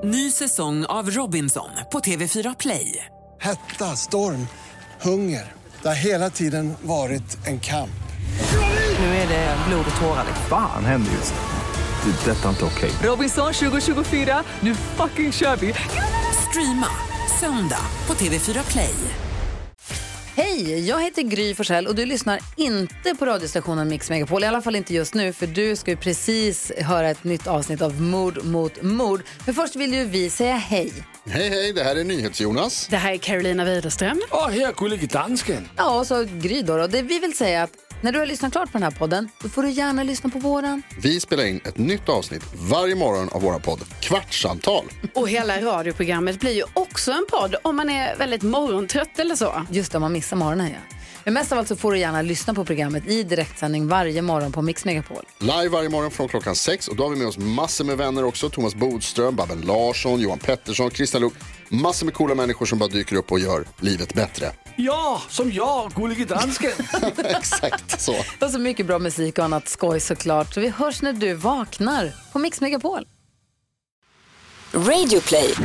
Ny säsong av Robinson på TV4 Play. Hetta, storm, hunger. Det har hela tiden varit en kamp. Nu är det blod och tårar. Fan händer just nu. Det. Detta är inte okej. Robinson 2024, nu fucking kör vi. Streama söndag på TV4 Play. Hej, jag heter Gry Forssell och du lyssnar inte på radiostationen Mix Megapol. I alla fall inte just nu, för du ska ju precis höra ett nytt avsnitt av Mord mot mord. Men först vill ju vi säga hej. Hej, det här är NyhetsJonas. Det här är Carolina Widerström. Och här är Gullige Dansken. Ja, och så Gry då. Det vi vill säga att när du har lyssnat klart på den här podden, då får du gärna lyssna på våran. Vi spelar in ett nytt avsnitt varje morgon av våra podd Kvartsamtal. Och hela radioprogrammet blir ju också en podd om man är väldigt morgontrött eller så. Just det, man missar morgonen, ja. Men mest av allt så får du gärna lyssna på programmet i direktsändning varje morgon på Mix Megapol. Live varje morgon från klockan 6. Och då har vi med oss massor med vänner också. Thomas Bodström, Babben Larsson, Johan Pettersson, Christian Luuk. Massor med coola människor som bara dyker upp och gör livet bättre. Ja, som jag, Gullige Dansken. Exakt så. Och så mycket bra musik och annat skoj såklart. Så vi hörs när du vaknar på Mix Megapol. Radio Play.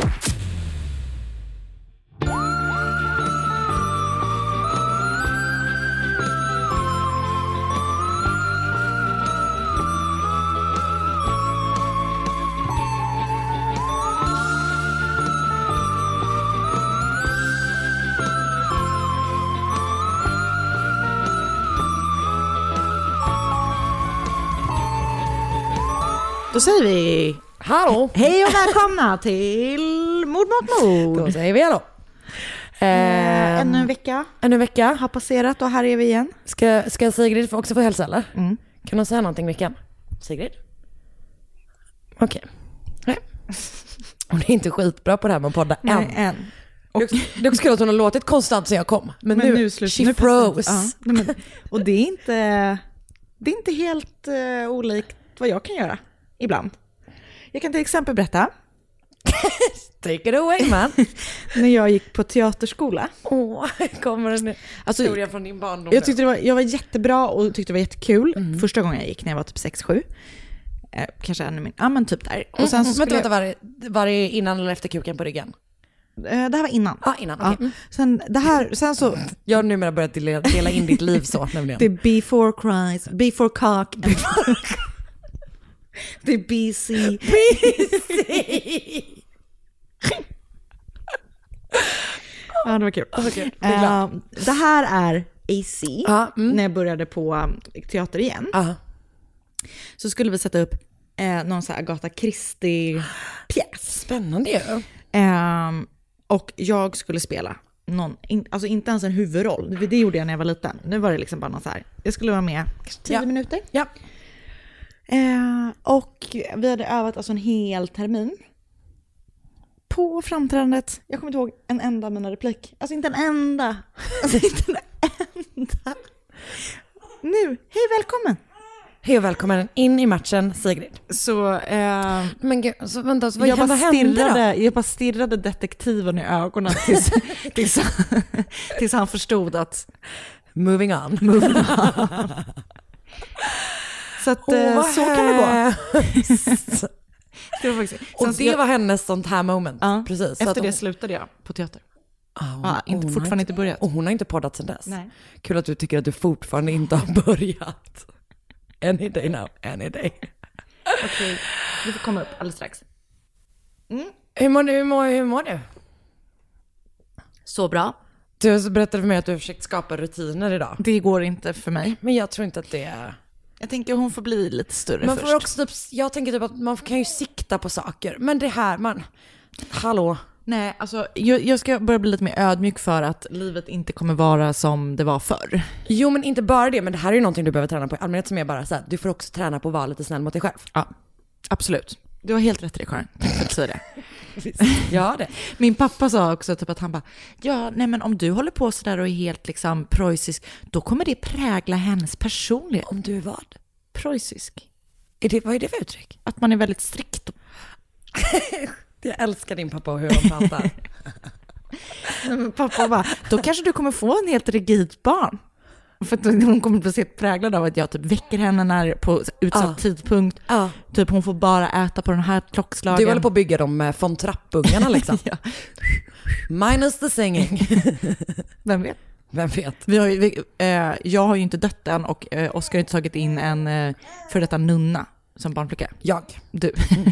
Då säger vi hallå. Hej och välkomna till Mord mot mord. Då säger vi hallå. Ännu en vecka har passerat och här är vi igen. Ska Sigrid också få hälsa eller? Kan du säga någonting Mickan? Sigrid? Okej. Nej. Hon är inte skitbra på det här med att podda än. Det är också kul att hon har låtit konstant sen jag kom. Men nu she froze. Ja, och det är inte helt olikt vad jag kan göra ibland. Jag kan till exempel berätta. Take it away man. När jag gick på teaterskola. Kommer en historia från din barndom. Jag tyckte jag var jättebra och tyckte det var jättekul. Första gången jag gick när jag var typ 6-7. Kanske ännu mer. Ja men typ där. Och sen så vänta, var det innan eller efter kuken på ryggen? Det här var innan. Ja, innan. Okay. Sen så jag har numera börjat dela in ditt liv så nämligen. Det är before Christ, before cock. Det är BC. Ja, det var kul. Okay, det här är AC. När jag började på teater igen. Så skulle vi sätta upp någon sån här Agatha Christie-pjäs. Spännande ju. Och jag skulle spela alltså inte ens en huvudroll. Det gjorde jag när jag var liten. Nu var det liksom bara någon så här. Jag skulle vara med 10 minuter. Ja. Och vi hade övat alltså en hel termin på framträdandet. Jag kommer inte ihåg en enda av mina replik. Alltså inte en enda. Nu, hej välkommen. Hej och välkommen in i matchen Sigrid. Så, men gud, så vänta, så jag bara stirrade detektiven i ögonen tills han förstod att moving on. Så att så kan det gå. Det var hennes sånt här moment. Precis. Efter det slutade jag på teater. Fortfarande inte börjat. Och hon har inte poddat sedan dess. Nej. Kul att du tycker att du fortfarande inte har börjat. Any day now, any day. Okej, du får komma upp alldeles strax. Hur mår du? Så bra. Du berättade för mig att du har försökt skapa rutiner idag. Det går inte för mig. Men jag tror inte att det är... Jag tänker hon får bli lite större man först. Får också jag tänker typ att man kan ju sikta på saker. Men det här, hallå. Nej, alltså jag ska börja bli lite mer ödmjuk för att livet inte kommer vara som det var förr. Jo, men inte bara det, men det här är ju någonting du behöver träna på i allmänhet som är bara så här, du får också träna på att vara lite snäll mot dig själv. Ja, absolut. Du har helt rätt i det, Karin. Tack för att säga det. Ja, det. Min pappa sa också typ att han bara, men om du håller på så där och är helt liksom preussisk, då kommer det prägla hennes personlighet. Om du är vad? Preussisk. Vad är det för uttryck? Att man är väldigt strikt. Jag älskar din pappa och hur han pratar. Pappa bara, då kanske du kommer få en helt rigid barn. För att hon kommer bli präglad av att jag typ väcker henne när på utsatt tidpunkt. Typ hon får bara äta på den här klockslagen. Du håller på att bygga dem med von Trapp-ungarna liksom. Ja. Minus the singing. Vem vet? Jag har ju inte dött än och Oskar har inte tagit in en för detta nunna som barnflicka. Du.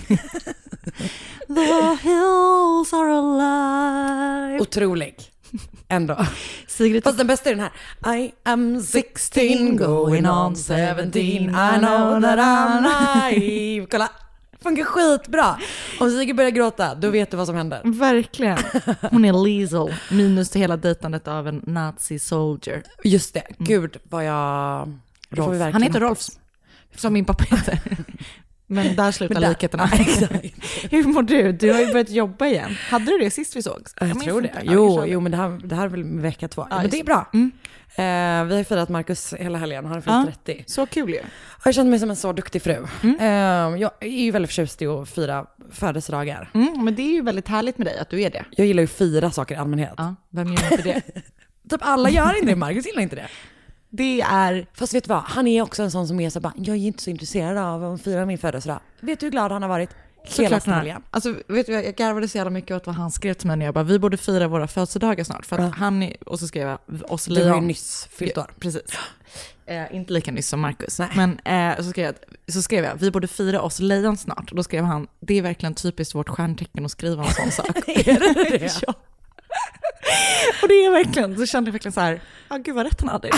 The hills are alive. Otrolig. Ändå. Sigrid. Fast den bästa är den här. I am 16 going on 17. I know that I'm naive. Kolla. Funkar skitbra. Om Sigrid börjar gråta, då vet du vad som händer. Verkligen. Hon är Liesel. Minus det hela dejtandet av en nazi soldier. Just det. Gud vad jag... Rolf. Han heter Rolf. Som min pappa heter. Men där slutar likheterna. Hur mår du? Du har ju börjat jobba igen. Hade du det sist vi sågs? Jag tror det. Jo, men det här är väl vecka 2. Men det är bra. Vi har firat Marcus hela helgen. Han har fyllt 30. Så kul ju. Jag känner mig som en så duktig fru. Jag är ju väldigt förtjust i att fira födelsedagar. Men det är ju väldigt härligt med dig att du är det. Jag gillar ju att fira saker i allmänhet. Vem gör inte det? Typ alla gör inte det. Marcus gillar inte det. Det är... Fast vet du vad? Han är också en sån som är så bara, jag är inte så intresserad av att fira min födelsedag. Vet du hur glad han har varit? Hela helgen. Alltså, vet du, jag garvade så jävla mycket åt vad han skrev till mig när jag bara, vi borde fira våra födelsedagar snart. För att han, och så skrev jag oss lejon. Du har ju nyss fyllt år. Precis. Inte lika nyss som Marcus. Men så skrev jag, vi borde fira oss lejon snart. Och då skrev han, det är verkligen typiskt vårt stjärntecken att skriva en sån sak. Är det? Ja. Och det är verkligen, så kände jag verkligen så här, gud vad rätt han hade.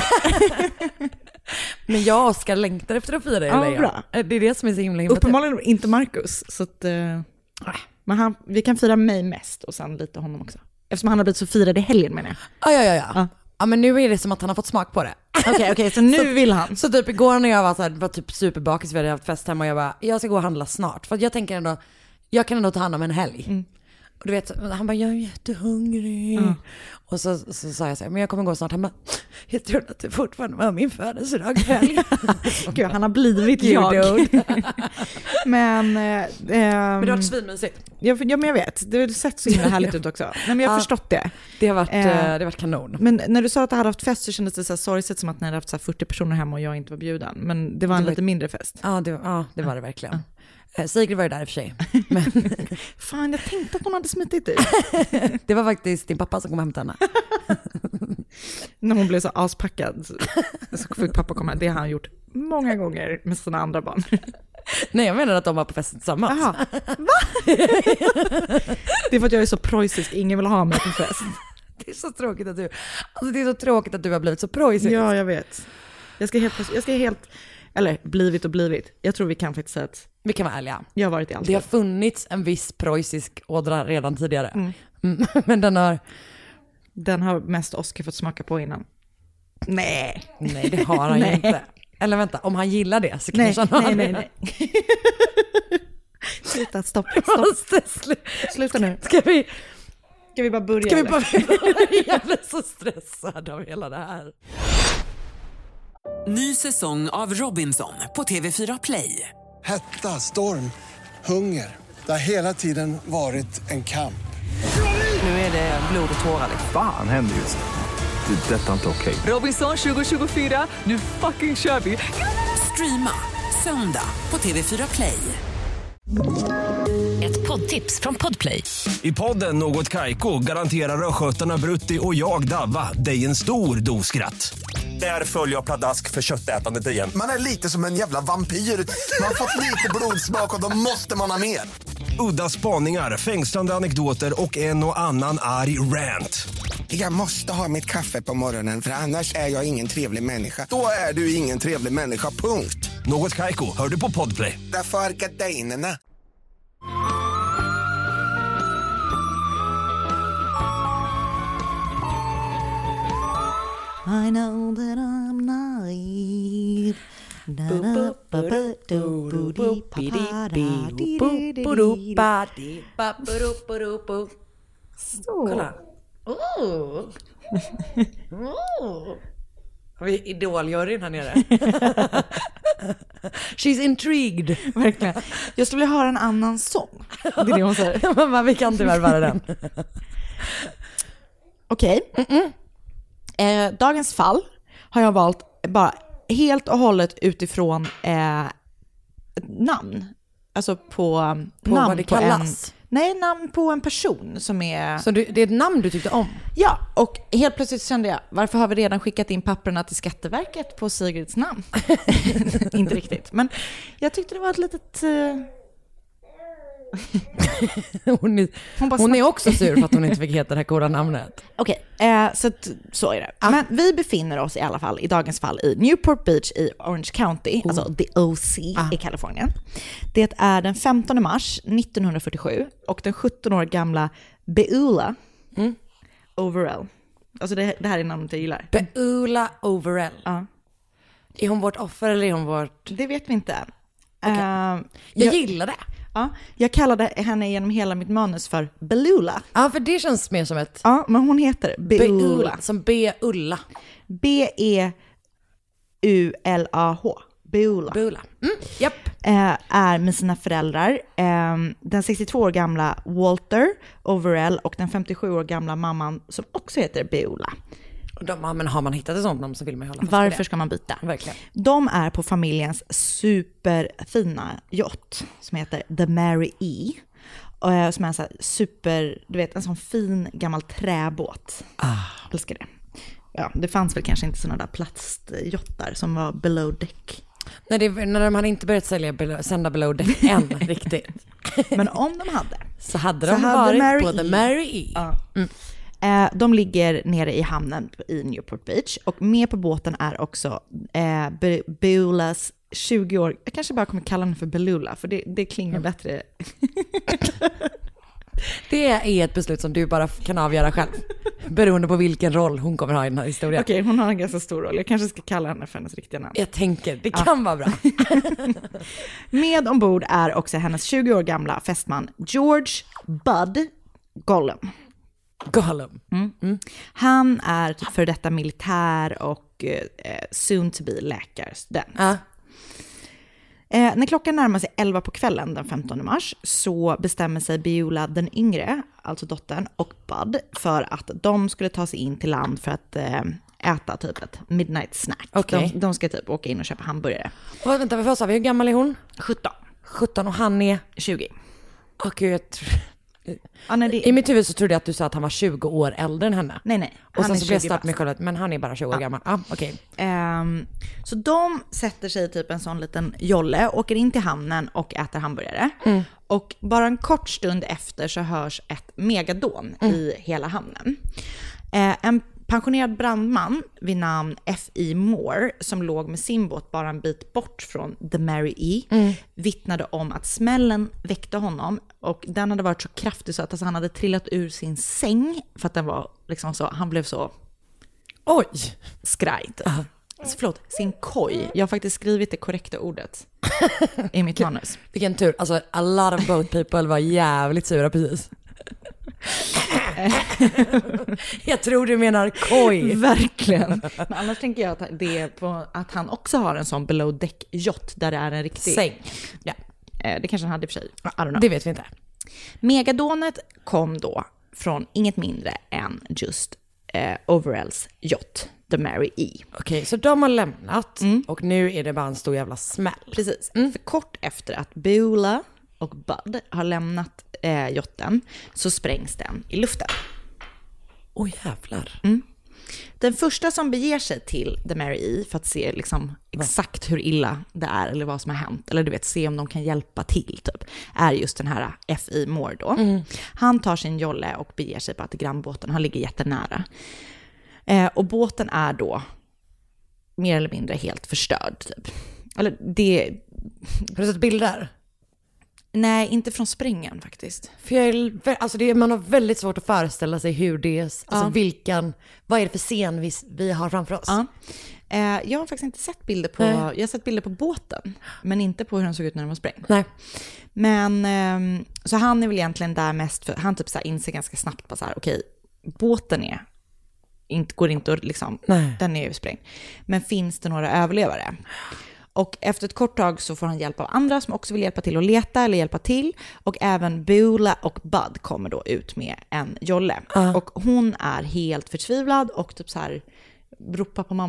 Men jag och Oskar längtar efter att fira det. Bra. Det är det som är så himla uppenbarligen inte Marcus. Så att, men vi kan fira mig mest och sen lite honom också. Eftersom han har blivit så firad i helgen menar jag. Ja, men nu är det som att han har fått smak på det. Okej, så nu vill han. Så typ igår när jag var typ superbakis, vi hade haft fest hemma och jag bara, jag ska gå och handla snart. För jag tänker ändå, jag kan ändå ta hand om en helg. Och du vet, han bara, jag är jättehungrig. Och så sa jag så här, men jag kommer gå snart. Han bara, jag tror att det fortfarande var min födelsedag helg. Gud, han har blivit jag. Men det har varit svinmysigt. Ja, men jag vet. Det har sett så himla härligt ut också. Nej, men jag har förstått det. Det har varit kanon. Men när du sa att du hade haft fest så kändes det så här sorgset som att ni hade haft så här 40 personer hemma och jag inte var bjuden. Men det var en lite mindre fest. Ja, det var det verkligen. Sigrid var ju där i och för sig. Men... Fan, jag tänkte att hon hade smitit ut. Det var faktiskt din pappa som kom hem till henne. När hon blev så aspackad så fick pappa komma. Det har han gjort många gånger med sina andra barn. Nej, jag menar att de var på festen tillsammans. Aha. Va? Det är för att jag är så preussisk. Ingen vill ha mig på fest. Det är så tråkigt att du har blivit så preussisk. Ja, jag vet. Jag ska helt eller blivit. Jag tror vi kan faktiskt säga att vi kan vara ärliga. Jag har varit i allt. Det har funnits en viss preussisk ådra redan tidigare. Men den har mest Oskar fått smaka på innan. Nej, det har han ju inte. Eller vänta, om han gillar det så kanske han har det. Nej. Sluta, stopp. Sluta nu. Ska vi bara börja? Jag blir så stressad av hela det här. Ny säsong av Robinson på TV4 Play. Hetta, storm, hunger. Det har hela tiden varit en kamp. Nu är det blod och tårar. Fan händer just det. Det är detta inte okej. Robinson 2024, nu fucking kör vi. Streama söndag på TV4 Play. Ett poddtips från Podplay. I podden Något Kaiko garanterar röskötarna Brutti och jag Davva dig en stor doskratt. Där följer jag pladask för köttätandet igen. Man är lite som en jävla vampyr. Man har fått lite blodsmak och då måste man ha mer. Udda spaningar, fängslande anekdoter och en och annan arg rant. Jag måste ha mitt kaffe på morgonen för annars är jag ingen trevlig människa. Då är du ingen trevlig människa, punkt. Något Kaiko, hör du på Podplay. Därför är gardinerna. I know that I'm naive. Kolla. Har vi idoljuryn här nere? She's intrigued. Verkligen. Jag skulle vilja höra en annan sång. Det är det hon säger. Men vi kan tyvärr vara den. Okej. Dagens fall har jag valt bara helt och hållet utifrån namn. Alltså på namn vad det kallas? Namn på en person som är... Så det är ett namn du tyckte om? Ja, och helt plötsligt kände jag, varför har vi redan skickat in papperna till Skatteverket på Sigrids namn? Inte riktigt, men jag tyckte det var ett litet... hon är också sur för att hon inte fick heta det här coola namnet. Okej, så är det. Men vi befinner oss i alla fall, i dagens fall, i Newport Beach i Orange County, alltså the OC i Kalifornien. Det är den 15 mars 1947 och den 17 år gamla Beulah Overell. Alltså det här är namnet jag gillar. Beulah Overell. Ja. Är hon vårt offer eller är hon vårt... Det vet vi inte. Okay. Jag gillar det. Ja, jag kallade henne genom hela mitt manus för Belula. Ja, för det känns mer som ett... Ja, men hon heter Beulah. Som B-Ulla. B-E-U-L-A-H. Beulah. Japp. Är med sina föräldrar. Den 62 år gamla Walter Overell och den 57 år gamla mamman som också heter Beulah. Men har man hittat ett sånt namn så vill man ju hålla fast Varför ska man byta? Verkligen. De är på familjens superfina yacht som heter The Mary E. Som är en sån här super, du vet, en sån fin gammal träbåt. Jag älskar det. Ja, det fanns väl kanske inte såna där plastjottar som var below deck. Nej, när de hade inte börjat sända below deck än riktigt. Men om de hade. Så hade de varit på The Mary E. Ja. De ligger nere i hamnen i Newport Beach och med på båten är också Beulahs 20 år, jag kanske bara kommer kalla henne för Belula för det klingar bättre. Det är ett beslut som du bara kan avgöra själv, beroende på vilken roll hon kommer ha i den här historien. Okej, hon har en ganska stor roll. Jag kanske ska kalla henne för hennes riktiga namn. Jag tänker, det kan vara bra. Med ombord är också hennes 20 år gamla fästman George Bud Gollum. Han är typ för detta militär och soon to be läkarstudent. När klockan närmar sig 11 på kvällen den 15 mars så bestämmer sig Beulah den yngre, alltså dottern, och Bud för att de skulle ta sig in till land för att äta typ ett midnight snack. Okay. De ska typ åka in och köpa hamburgare. Och vänta, vad sa vi? Hur gammal är hon? 17 och han är 20. Gud, i mitt huvud så trodde jag att du sa att han var 20 år äldre än henne. Nej. Och sen så blev jag starkt med själv, men han är bara 20 år gammal. Okay. Så de sätter sig typ en sån liten jolle, åker in till hamnen och äter hamburgare. Och bara en kort stund efter så hörs ett megadon i hela hamnen. En pensionerad brandman vid namn F.E. Moore som låg med sin båt bara en bit bort från The Mary E. Vittnade om att smällen väckte honom och den hade varit så kraftig så att alltså, han hade trillat ur sin säng för att den var liksom så, han blev så skraj. Förlåt, sin koj. Jag har faktiskt skrivit det korrekta ordet i mitt manus. Vilken tur, alltså a lot of boat people var jävligt sura precis. Jag tror du menar koj. Verkligen. Men annars tänker jag att det är på att han också har en sån below deck yacht där det är en riktig säng. Ja. Det kanske han hade i och för sig. I don't know. Det vet vi inte. Megadonet kom då från inget mindre än just Overells yacht, The Mary E. Okej, så de har lämnat och nu är det bara en stor jävla smäll. Precis. För kort efter att Beulah och Bud har lämnat yachten så sprängs den i luften. Jävlar. Den första som beger sig till The Mary E för att se liksom exakt hur illa det är eller vad som har hänt, eller du vet, se om de kan hjälpa till typ, är just den här F.E. Moore då. Han tar sin jolle och beger sig på till grannbåten. Han ligger jättenära. Och båten är då mer eller mindre helt förstörd typ. Eller det... Har du sett bilder? Nej, inte från sprängen faktiskt. För man har väldigt svårt att föreställa sig hur det är, alltså vad är det för scen vi har framför oss? Jag har faktiskt inte sett bilder på, jag har sett bilder på båten, men inte på hur den såg ut när den var sprängd. Nej. Men så han är väl egentligen där mest för, han typ så här inser ganska snabbt på så här, okej, båten går inte att liksom, den är ju sprängd. Men finns det några överlevare? Och efter ett kort tag så får han hjälp av andra som också vill hjälpa till att leta eller hjälpa till. Och även Beulah och Bud kommer då ut med en jolle. Och hon är helt förtvivlad och typ så här ropar på mamma och pappa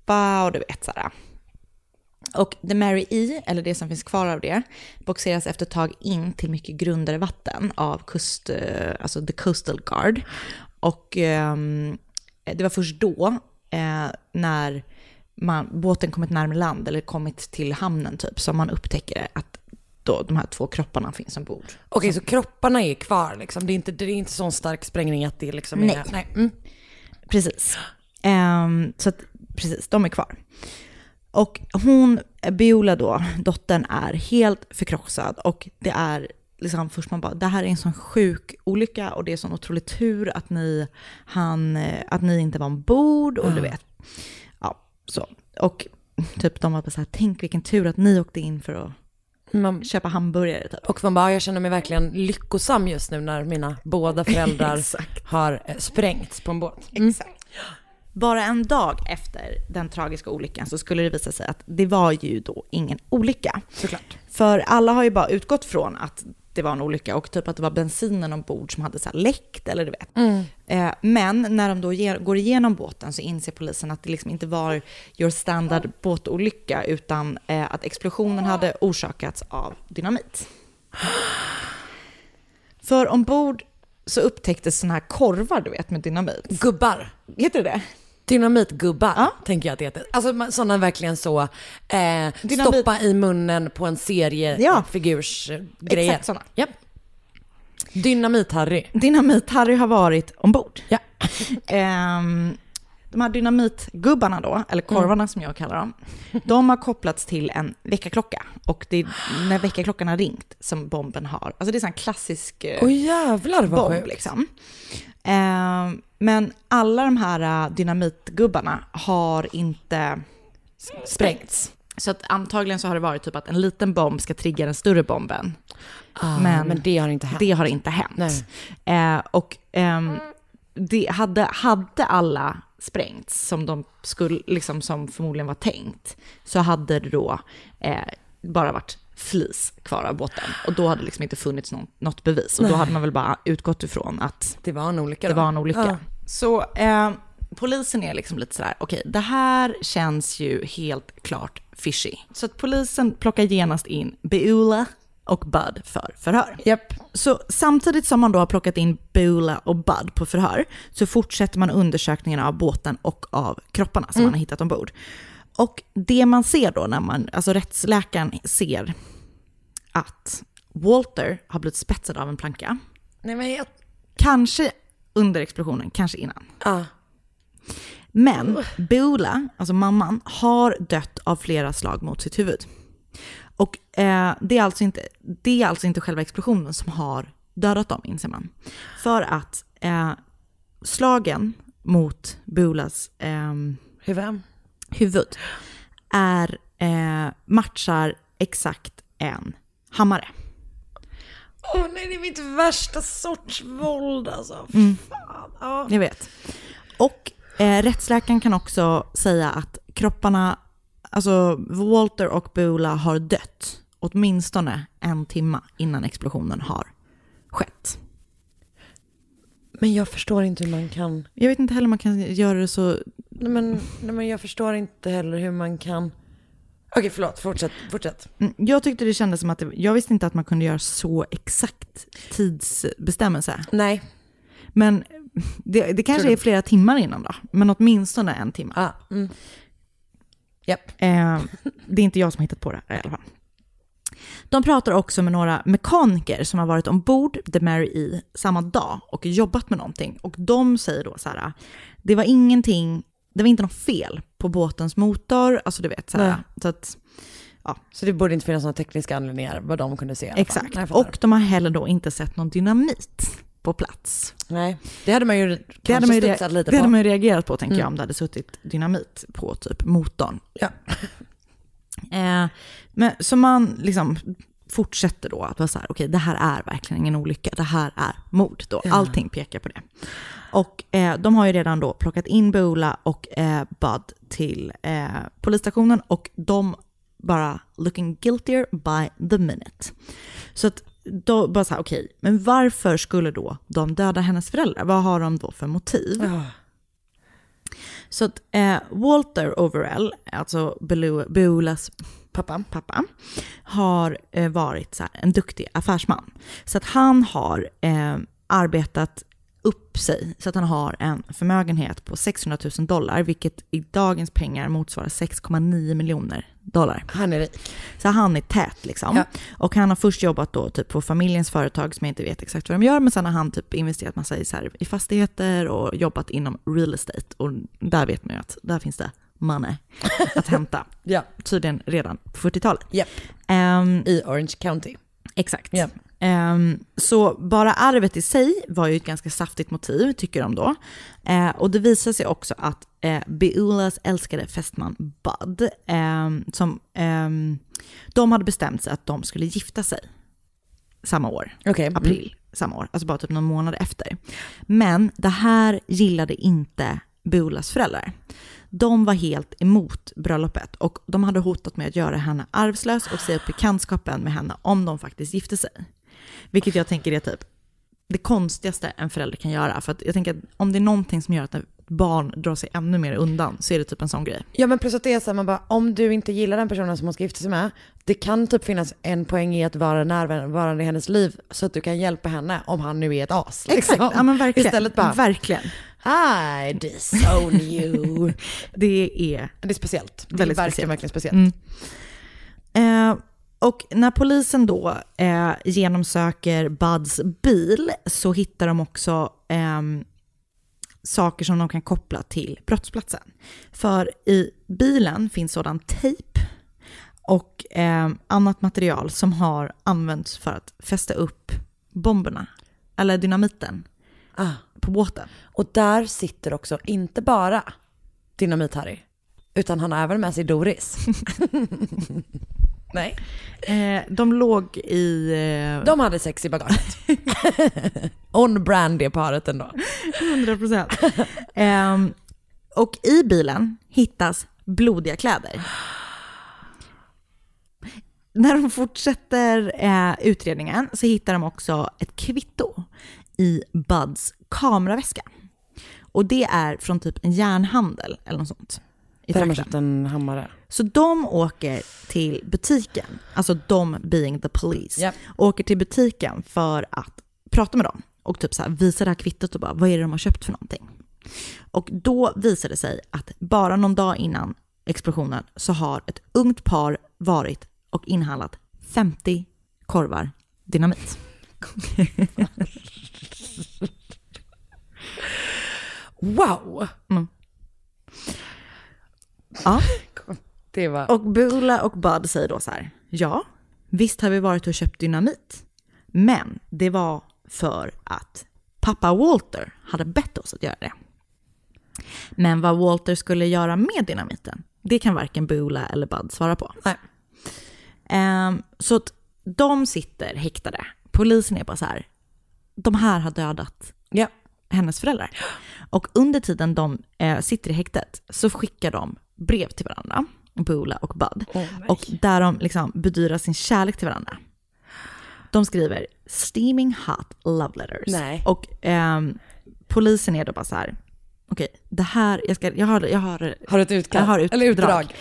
soppa och du vet sådär. Och The Mary E, eller det som finns kvar av det, boxeras efter ett tag in till mycket grundare vatten av alltså the Coastal Guard. Och det var först då när båten kommit närmare land eller kommit till hamnen typ, som man upptäcker att då de här 2 kropparna finns ombord. Okej, så kropparna är kvar liksom. Det är inte sån stark sprängning att det liksom är... Nej. Precis. Så att, precis, de är kvar. Och Beulah då, dottern, är helt förkrossad. Och det är liksom först man bara, det här är en sån sjuk olycka och det är sån otrolig tur att ni inte var ombord och du vet. Ja, så. Och typ de var bara så här, tänk vilken tur att ni åkte in för att köpa hamburgare typ. Och man bara, jag känner mig verkligen lyckosam just nu när mina båda föräldrar har sprängts på en båt. Exakt. Bara en dag efter den tragiska olyckan så skulle det visa sig att det var ju då ingen olycka. Såklart. För alla har ju bara utgått från att det var en olycka och typ att det var bensinen ombord som hade så här läckt eller du vet. Men när de då går igenom båten så inser polisen att det liksom inte var your standard båtolycka utan att explosionen hade orsakats av dynamit. För ombord så upptäcktes såna här korvar, du vet, med dynamit. Gubbar. Heter det? Dynamitgubbar, tänker jag att det heter. Alltså sådana verkligen så stoppa i munnen på en serie figursgrejer. Exakt sådana. Yep. Dynamit-Harry. Dynamit-Harry har varit ombord. Ja. De här dynamitgubbarna då, eller korvarna som jag kallar dem, de har kopplats till en väckarklocka. Och det är när väckarklockan har ringt som bomben har. Alltså det är så en klassisk jävlar vad bomb sjukt. liksom. Men alla de här dynamitgubbarna har inte sprängts. Så att antagligen så har det varit typ att en liten bomb ska trigga den större bomben. Men det har inte hänt. Det har inte hänt. Det hade alla sprängts som de skulle, liksom som förmodligen var tänkt, så hade det då bara varit flis kvar av båten. Och då hade det liksom inte funnits något bevis. Och då hade man väl bara utgått ifrån att det var en olycka. Ja. Så polisen är liksom lite sådär, okej, det här känns ju helt klart fishy. Så att polisen plockar genast in Beulah och Bud för förhör. Yep. Så samtidigt som man då har plockat in Beulah och Bud på förhör så fortsätter man undersökningen av båten och av kropparna som man har hittat ombord. Och det man ser då när alltså rättsläkaren ser att Walter har blivit spetsad av en planka. Nej, men kanske under explosionen, kanske innan. Men Beulah, alltså mamman, har dött av flera slag mot sitt huvud. Och det är alltså inte själva explosionen som har dödat dem, inser man. För att slagen mot Beulahs huvud matchar exakt en hammare. Nej, det är mitt värsta sorts våld alltså. Fan. Jag vet. Och rättsläkaren kan också säga att kropparna, alltså Walter och Beulah, har dött åtminstone 1 timme innan explosionen har skett. Men jag förstår inte hur man kan... Jag vet inte heller hur man kan göra det så... Nej, men jag förstår inte heller hur man kan... Okej, förlåt. Fortsätt. Jag tyckte det kändes som att jag visste inte att man kunde göra så exakt tidsbestämmelse. Nej. Men det kanske är flera timmar innan då. Men åtminstone 1 timme. Yep. Det är inte jag som har hittat på det i alla fall. De pratar också med några mekaniker som har varit ombord The Mary E samma dag och jobbat med någonting. Och de säger då så här, det var inte något fel på båtens motor. Alltså du vet så här. Så att, ja. Så det borde inte finnas några tekniska anledningar vad de kunde se. Exakt. Och de har heller då inte sett någon dynamit på plats. Nej, det hade man ju studsat lite på. Det hade man ju reagerat på, tänker jag, om det hade suttit dynamit på typ motorn. Ja. Men så man liksom fortsätter då att vara så här, okej, det här är verkligen ingen olycka, det här är mord då. Ja. Allting pekar på det. Och de har ju redan då plockat in Beulah och Bud till polisstationen och de bara looking guiltier by the minute. Så att då bara så här, okej, men varför skulle då de döda hennes föräldrar? Vad har de då för motiv? Så att Walter Overell, alltså Beoulas pappa har varit så här, en duktig affärsman. Så att han har arbetat upp sig så att han har en förmögenhet på $600,000, vilket i dagens pengar motsvarar $6,9 miljoner. Han är rik. Så han är tät liksom. Ja. Och han har först jobbat då typ på familjens företag som jag inte vet exakt vad de gör, men sen har han typ investerat massa i fastigheter och jobbat inom real estate, och där vet man ju att där finns det money att hämta. Ja. Tydligen redan på 40-talet. Yep. I Orange County. Exakt. Yep. Så bara arvet i sig var ju ett ganska saftigt motiv, tycker de då. Och det visar sig också att Beoulas älskade fästman Bud, de hade bestämt sig att de skulle gifta sig samma år. April samma år, alltså bara typ någon månad efter. Men det här gillade inte Beoulas föräldrar. De var helt emot bröllopet och de hade hotat med att göra henne arvslös och säga upp bekantskapen med henne om de faktiskt gifte sig. Vilket jag tänker är typ det konstigaste en förälder kan göra. För att jag tänker att om det är någonting som gör att barn drar sig ännu mer undan, så är det typ en sån grej. Ja, men plus att det är så här, man bara, om du inte gillar den personen som hon ska gifta sig med, det kan typ finnas en poäng i att vara närvarande i hennes liv så att du kan hjälpa henne om han nu är ett as. Liksom. Exakt, ja men verkligen. Istället bara, verkligen. I disown you. Det är speciellt. Det väldigt är verkligen speciellt. Och när polisen då genomsöker Buds bil så hittar de också saker som de kan koppla till brottsplatsen. För i bilen finns sådan tejp och annat material som har använts för att fästa upp bomberna eller dynamiten på båten. Och där sitter också inte bara Dynamit-Harry, utan han har även med sig Doris. Nej. De låg i... De hade sex i bagaget. On brand det paret ändå. 100%. Och i bilen hittas blodiga kläder. När de fortsätter utredningen så hittar de också ett kvitto i Buds kameraväska. Och det är från typ en järnhandel eller något sånt. Där har man köpt en hammare. Så de åker till butiken, alltså de being the police, yep. åker till butiken för att prata med dem och typ så här, visa det här kvittot och bara, vad är det de har köpt för någonting? Och då visar det sig att bara någon dag innan explosionen så har ett ungt par varit och inhandlat 50 korvar dynamit. Wow! Mm. Ja. Det var... Och Beoula och Bud säger då så här: ja, visst har vi varit och köpt dynamit, men det var för att pappa Walter hade bett oss att göra det. Men vad Walter skulle göra med dynamiten, det kan varken Beoula eller Bud svara på. Nej. Så att de sitter häktade. Polisen är bara så här: de här har dödat hennes föräldrar. Och under tiden de sitter i häktet så skickar de brev till varandra, Beoula och Bud. Och där de liksom bedyrar sin kärlek till varandra. De skriver steaming hot love letters. Nej. Och polisen är då bara så här: okej, det här, jag har ett utkast. Jag har utdrag.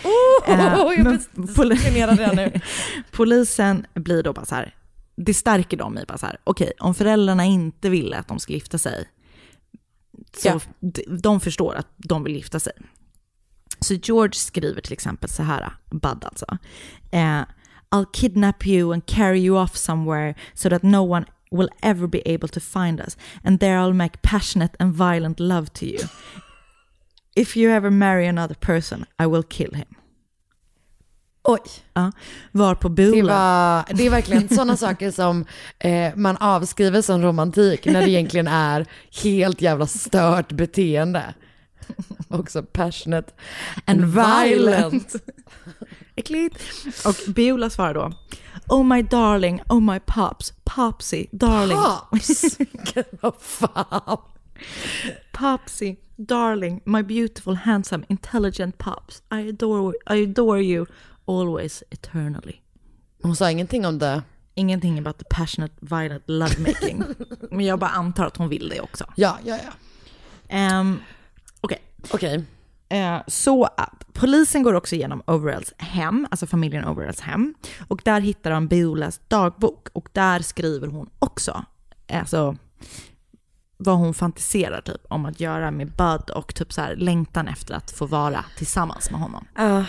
Polisen blir då bara så här, det stärker dem i bara så här: okej, om föräldrarna inte ville att de skulle gifta sig, så de förstår att de vill gifta sig. Så George skriver till exempel så här, Bud alltså: I'll kidnap you and carry you off somewhere so that no one will ever be able to find us, and there I'll make passionate and violent love to you. If you ever marry another person, I will kill him. Oj. Ja, var på Beoula. Det är verkligen sådana saker som man avskriver som romantik när det egentligen är helt jävla stört beteende. Också passionate and violent. Äckligt. Och Beoula svarar då: oh my darling, oh my pops, popsy, darling. Pops? Vad fan? Popsy, darling, my beautiful, handsome, intelligent pops. I adore you always, eternally. Hon sa ingenting om det. Ingenting about the passionate, violent lovemaking. Men jag bara antar att hon vill det också. Ja. Okej. Så att polisen går också igenom Overells hem, alltså familjen Overells hem. Och där hittar de Beulahs dagbok. Och där skriver hon också alltså, vad hon fantiserar typ, om att göra med Bud och typ så här, längtan efter att få vara tillsammans med honom.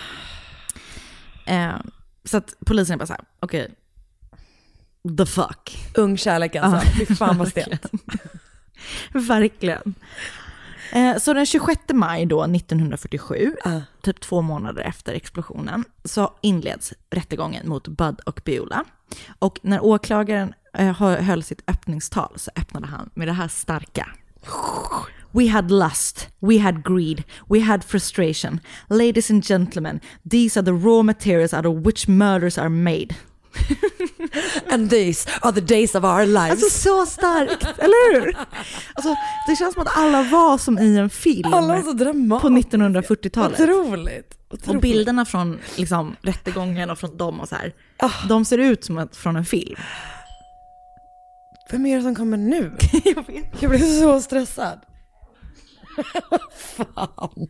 Så att polisen är bara så här, okej, the fuck. Ung kärlek alltså. Fy fan vad stelt. Verkligen. Så den 26 maj då 1947, typ 2 månader efter explosionen, så inleds rättegången mot Bud och Beulah. Och när åklagaren höll sitt öppningstal så öppnade han med det här starka. We had lust, we had greed, we had frustration. Ladies and gentlemen, these are the raw materials out of which murders are made. And these are the days of our lives. Alltså så starkt, eller hur? Alltså, det känns som att alla var som i en film. Alla var så dramatiskt. På 1940-talet. Otroligt. Och bilderna från liksom, rättegången och från dem och så här, de ser ut som från en film. Vem är det som kommer nu? Jag vet. Jag blir så stressad. Fan.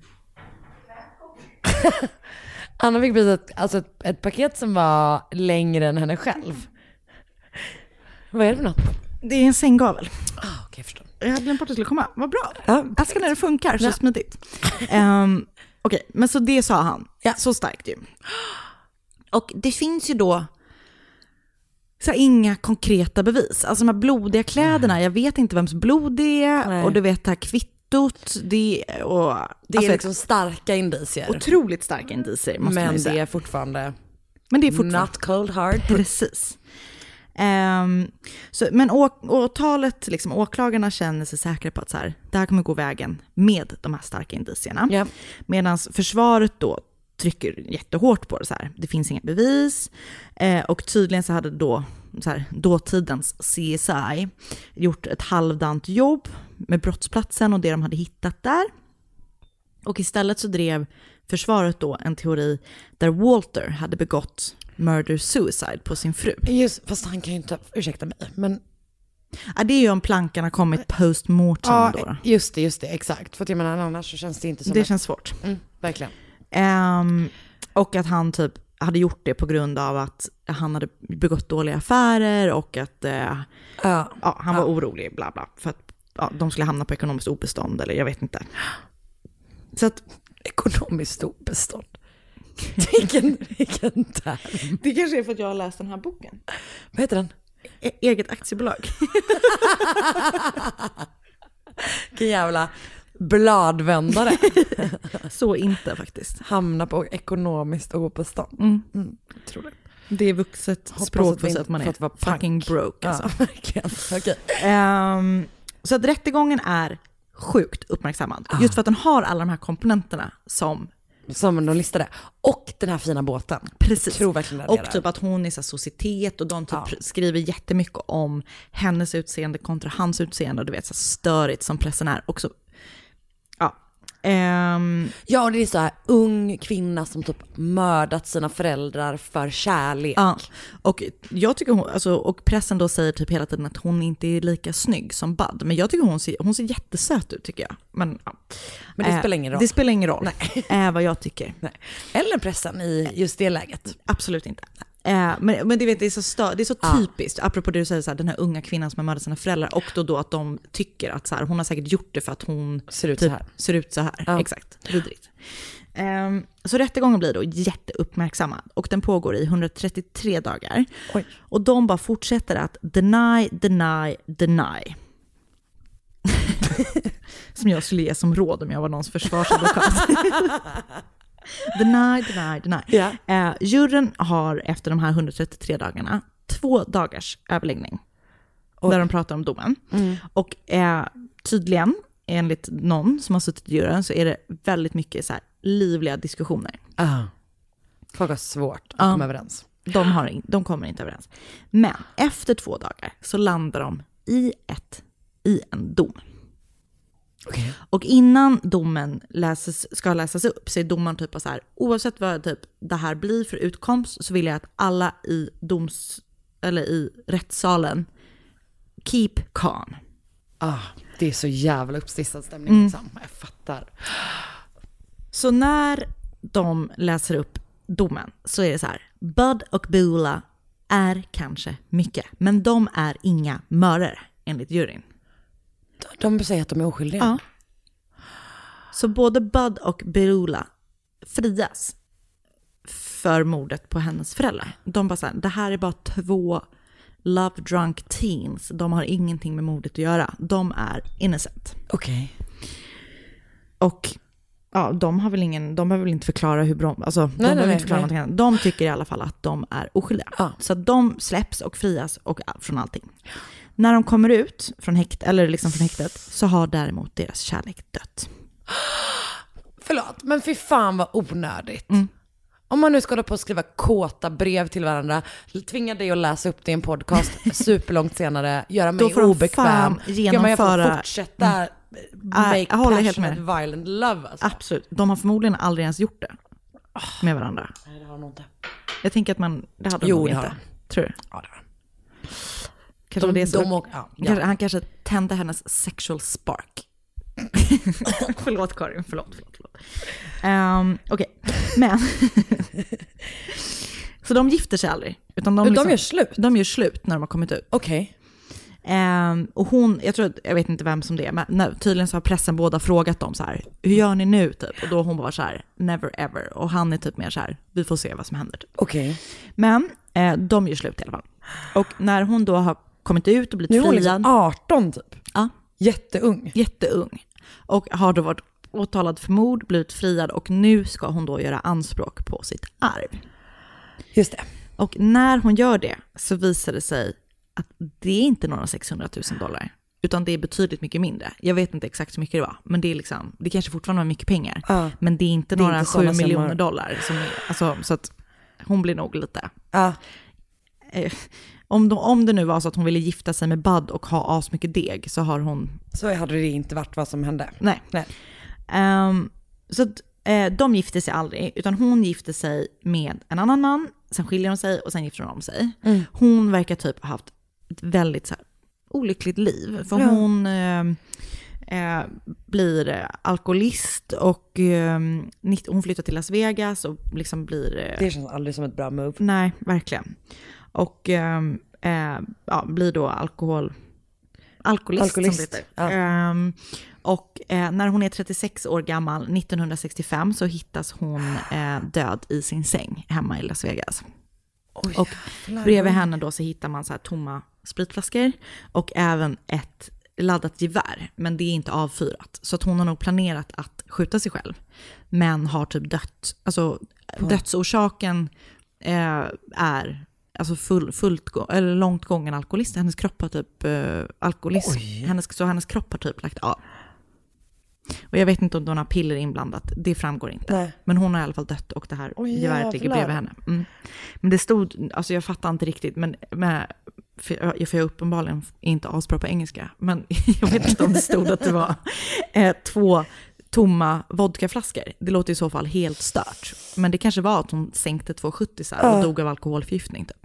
Anna fick precis ett paket som var längre än henne själv. Vad är det för något? Det är en sänggavel. Okej, jag förstår. Jag hade glömt bort att det skulle komma. Vad bra. Ja, jag ska när det funkar så smidigt. Okej, men så det sa han. Ja. Så starkt ju. Och det finns ju då så inga konkreta bevis. Alltså de här blodiga kläderna, jag vet inte vems blod det är. Nej. Och du vet det här kvittot. Det är liksom starka indicier. Otroligt starka indicier, måste man säga. Men det är fortfarande not cold hard. Precis. Men åtalet, liksom, åklagarna känner sig säkra på att så här, det här kommer gå vägen med de här starka indicierna. Yeah. Medan försvaret då trycker jättehårt på det så här. Det finns inga bevis. Och tydligen så hade då så här, dåtidens CSI gjort ett halvdant jobb med brottsplatsen och det de hade hittat där. Och istället så drev försvaret då en teori där Walter hade begått murder-suicide på sin fru. Just, fast han kan ju inte, ursäkta mig, men... Ja, det är ju om plankan har kommit post-mortem då. Just det, exakt. För att jag menar, annars så känns det inte som... Det känns svårt. Verkligen. Och att han typ hade gjort det på grund av att han hade begått dåliga affärer och att han var orolig, bla bla, för att de skulle hamna på ekonomiskt obestånd, eller jag vet inte. Så att... Ekonomiskt obestånd. Vilken term. Det kanske är för att jag har läst den här boken. Vad heter den? Eget aktiebolag. Vilken jävla bladvändare. Så inte faktiskt. Hamna på ekonomiskt obestånd. Otroligt. Det är vuxet språk för att man är fucking broke. Alltså. Ja, verkligen. Okay. Så att rättegången är sjukt uppmärksammad. Just för att den har alla de här komponenterna som de listade. Och den här fina båten. Precis. Tror verkligen och typ att hon är så societet och de typ skriver jättemycket om hennes utseende kontra hans utseende. Och du vet, så störigt som pressen är. Också, ja, det är så här ung kvinna som typ mördat sina föräldrar för kärlek. Ja, och jag tycker hon, alltså, och pressen då säger typ hela tiden att hon inte är lika snygg som Bud. Men jag tycker hon ser jättesöt ut, tycker jag. Men det spelar ingen roll. Det spelar ingen roll. Vad jag tycker. Nej. Eller pressen i just det läget. Absolut inte. Men det, vet, det är så typiskt, apropå det du säger, så här, den här unga kvinnan som har mördat sina föräldrar, och då att de tycker att så här, hon har säkert gjort det för att hon ser ut så här. Ja. Exakt, vidrigt. Så rättegången blir då jätteuppmärksammad och den pågår i 133 dagar. Oj. Och de bara fortsätter att deny. Som jag skulle ge som råd om jag var någons försvarsadvokat. Deny. Yeah. Juryn har efter de här 133 dagarna 2 dagars överläggning. Där de pratar om domen. Och tydligen, enligt någon som har suttit i juryn, så är det väldigt mycket så här livliga diskussioner. Folk har svårt att komma överens. De kommer inte överens. Men efter 2 dagar så landar de i en dom. Okay. Och innan domen ska läsas upp så är domaren typ så här: oavsett vad typ det här blir för utkomst så vill jag att alla i i rättssalen keep calm. Det är så jävla uppstissad stämning liksom. Jag fattar. Så när de läser upp domen så är det så här: Bud och Beulah är kanske mycket, men de är inga mördare enligt juryn. De säger att de är oskyldiga. Ja. Så både Bud och Beulah frias för mordet på hennes föräldrar. De bara säger, det här är bara 2 love drunk teens. De har ingenting med mordet att göra. De är innocent. Okej. Och ja, de behöver väl inte förklara hur bra, alltså de behöver inte förklara någonting annat. De tycker i alla fall att de är oskyldiga. Ja. Så att de släpps och frias och från allting. När de kommer ut från häktet så har däremot deras kärlek dött. Förlåt, men fy fan vad onödigt. Om man nu ska hålla på att skriva kåta brev till varandra, tvinga dig att läsa upp det i en podcast superlångt senare, göra mig obekväm, genomföra, fortsätta make passionate violent love. Alltså. Absolut, de har förmodligen aldrig ens gjort det med varandra. Nej, det har de inte. Jag tänker att det hade de inte. Tror du? Ja, det har Kanske han kanske tände hennes sexual spark. Förlåt Karin, förlåt. Okej, men så de gifter sig aldrig, utan de gör slut. De gör slut när de har kommit ut. Okej. Och hon, jag vet inte vem som det är, men tydligen så har pressen båda frågat dem så här: hur gör ni nu typ? Och då hon bara så här: never ever. Och han är typ mer så här: vi får se vad som händer typ. Okej. Men de gör slut i alla fall. Och när hon då har kommit ut och blivit friad. Nu är hon liksom 18 typ. Ja. Jätteung. Och har då varit åtalad för mord, blivit friad, och nu ska hon då göra anspråk på sitt arv. Just det. Och när hon gör det så visar det sig att det är inte några $600,000, utan det är betydligt mycket mindre. Jag vet inte exakt hur mycket det var, men det är liksom, det kanske fortfarande var mycket pengar. Men det är inte några inte $7 miljoner som är, alltså, så att hon blir nog lite... Om det nu var så att hon ville gifta sig med Bud och ha asmycket deg, så har hon... Så hade det inte varit vad som hände. Nej. Så att, de gifte sig aldrig, utan hon gifte sig med en annan man, sen skiljer hon sig och sen gifter hon om sig. Hon verkar typ ha haft ett väldigt så här olyckligt liv, för hon blir alkoholist och hon flyttar till Las Vegas och liksom blir... Det känns aldrig som ett bra move. Nej, verkligen. Och blir då alkoholist. Som det heter. Ja. Och när hon är 36 år gammal, 1965, så hittas hon död i sin säng hemma i Las Vegas. Oj, och bredvid henne då så hittar man så här tomma spritflaskor och även ett laddat gevär, men det är inte avfyrat. Så att hon har nog planerat att skjuta sig själv, men har typ dött. Alltså dödsorsaken är alltså eller långt gången alkoholist. Hennes kropp har typ alkoholism. Hennes kropp har typ lagt av. Och jag vet inte om hon har piller inblandat. Det framgår inte. Nej. Men hon har i alla fall dött och det här geväret ligger bredvid henne. Men det stod, alltså jag fattar inte riktigt, för jag uppenbarligen inte asbra på engelska. Men jag vet inte om det stod att det var 2 tomma vodkaflaskor. Det låter i så fall helt stört. Men det kanske var att hon sänkte 2,70 och dog av alkoholförgiftning typ.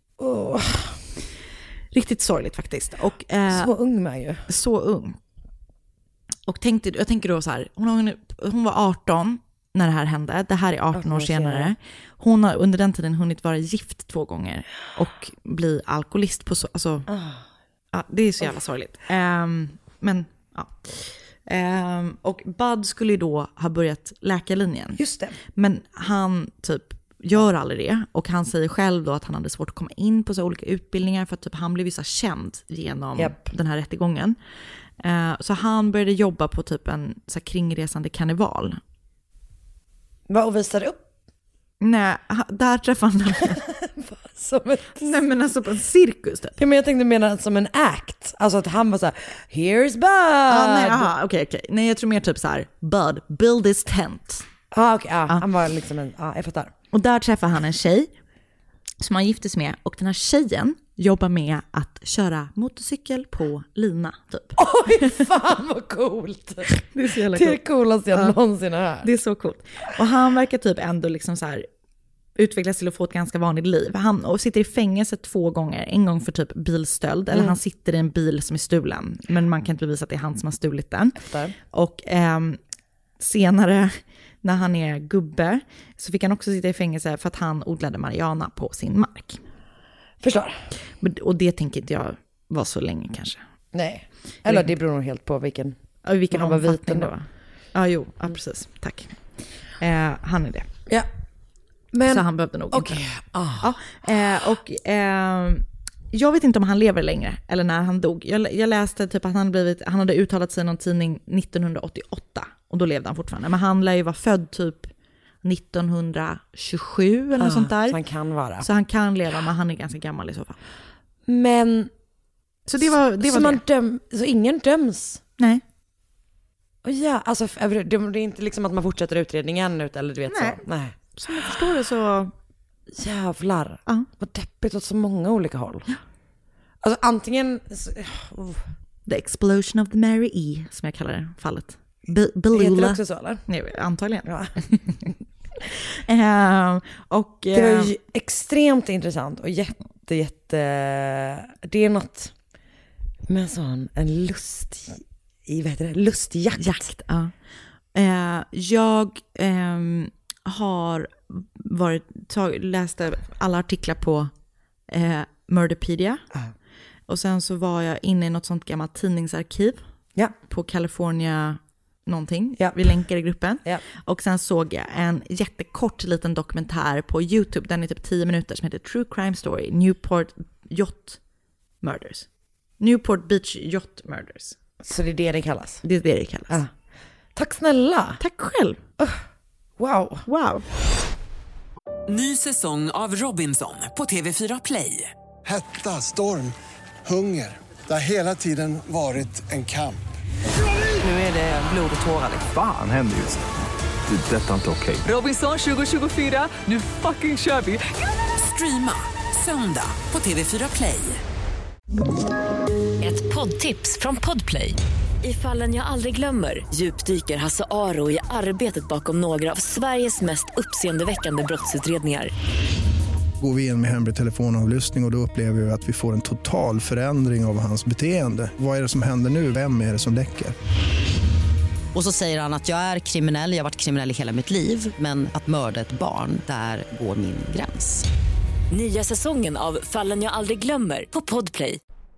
Riktigt sorgligt faktiskt. Och, så ung med ju. Så ung. Och jag tänker då så här, hon var 18 när det här hände. Det här är 18 år senare. Hon har under den tiden hunnit vara gift 2 gånger och bli alkoholist på det är så jävla sorgligt. Men ja. Och Bud skulle ju då ha börjat läkarlinjen. Just det. Men han typ gör aldrig det. Och han säger själv då att han hade svårt att komma in på så olika utbildningar, för att typ han blev ju så känd genom den här rättegången. Så han började jobba på typ en så här kringresande karneval. Vad visade upp? Nej, där träffade han nej men alltså på en cirkus typ. Ja, men jag tänkte mena som en act. Alltså att han var så här: here's Bud. Okej. Nej, jag tror mer typ så här: Bud, build this tent. Han var liksom jag fattar. Och där träffade han en tjej som han giftes med, och den här tjejen jobbar med att köra motorcykel på lina typ. Oj, fan vad coolt. Det är så jävla coolt. Det är coolaste jag någonsin har hört. Det är så coolt. Och han verkar typ ändå liksom så här utvecklas till att få ett ganska vanligt liv. Han sitter i fängelse 2 gånger. En gång för typ bilstöld. Eller han sitter i en bil som är stulen. Men man kan inte bevisa att det är han som har stulit den. Och senare när han är gubbe så fick han också sitta i fängelse för att han odlade marijuana på sin mark. Förstår. Och det tänker inte jag var så länge kanske. Nej. Eller det beror nog helt på vilken omfattning det var. Ja, precis. Tack. Han är det. Ja. Men, så han behövde nog inte. Jag vet inte om han lever längre eller när han dog. Jag läste typ att han hade uttalat sig i någon tidning 1988 och då levde han fortfarande. Men han lär ju vara född typ 1927 eller något sånt där. Så han kan vara. Så han kan leva, men han är ganska gammal i så fall. Men så det var så ingen döms? Nej. Och ja, alltså det är inte liksom att man fortsätter utredningen ut eller du vet. Nej. Så. Nej. Som jag förstår det så jävlar. Vad deppigt åt så många olika håll. Ja. Alltså antingen The explosion of the Mary E, som jag kallar det fallet. Belula. Heter det också så eller? Nej, antagligen. Ja. Och det var ju extremt intressant och jätte det är något med en lustjakt. Ja. Jag har läste alla artiklar på Murderpedia. Och sen så var jag inne i något sånt gammalt tidningsarkiv på California någonting. Vi länkar i gruppen. Och sen såg jag en jättekort liten dokumentär på YouTube. Den är typ 10 minuter som heter True Crime Story Newport Beach Yacht Murders. Så det är det kallas? Det är det kallas. Tack snälla. Tack själv. Wow. Ny säsong av Robinson på TV4 Play. Hetta, storm, hunger. Det har hela tiden varit en kamp. Nu är det blod och tårar. Fan händer just det. Det är detta inte okej. Robinson 2024, nu fucking kör vi. Streama söndag på TV4 Play. Ett poddtips från Podplay. I Fallen jag aldrig glömmer djupdyker Hasse Aro i arbetet bakom några av Sveriges mest uppseendeväckande brottsutredningar. Går vi in med hemlig telefonavlyssning och då upplever vi att vi får en total förändring av hans beteende. Vad är det som händer nu? Vem är det som läcker? Och så säger han att jag är kriminell, jag har varit kriminell i hela mitt liv. Men att mörda ett barn, där går min gräns. Nya säsongen av Fallen jag aldrig glömmer på Podplay.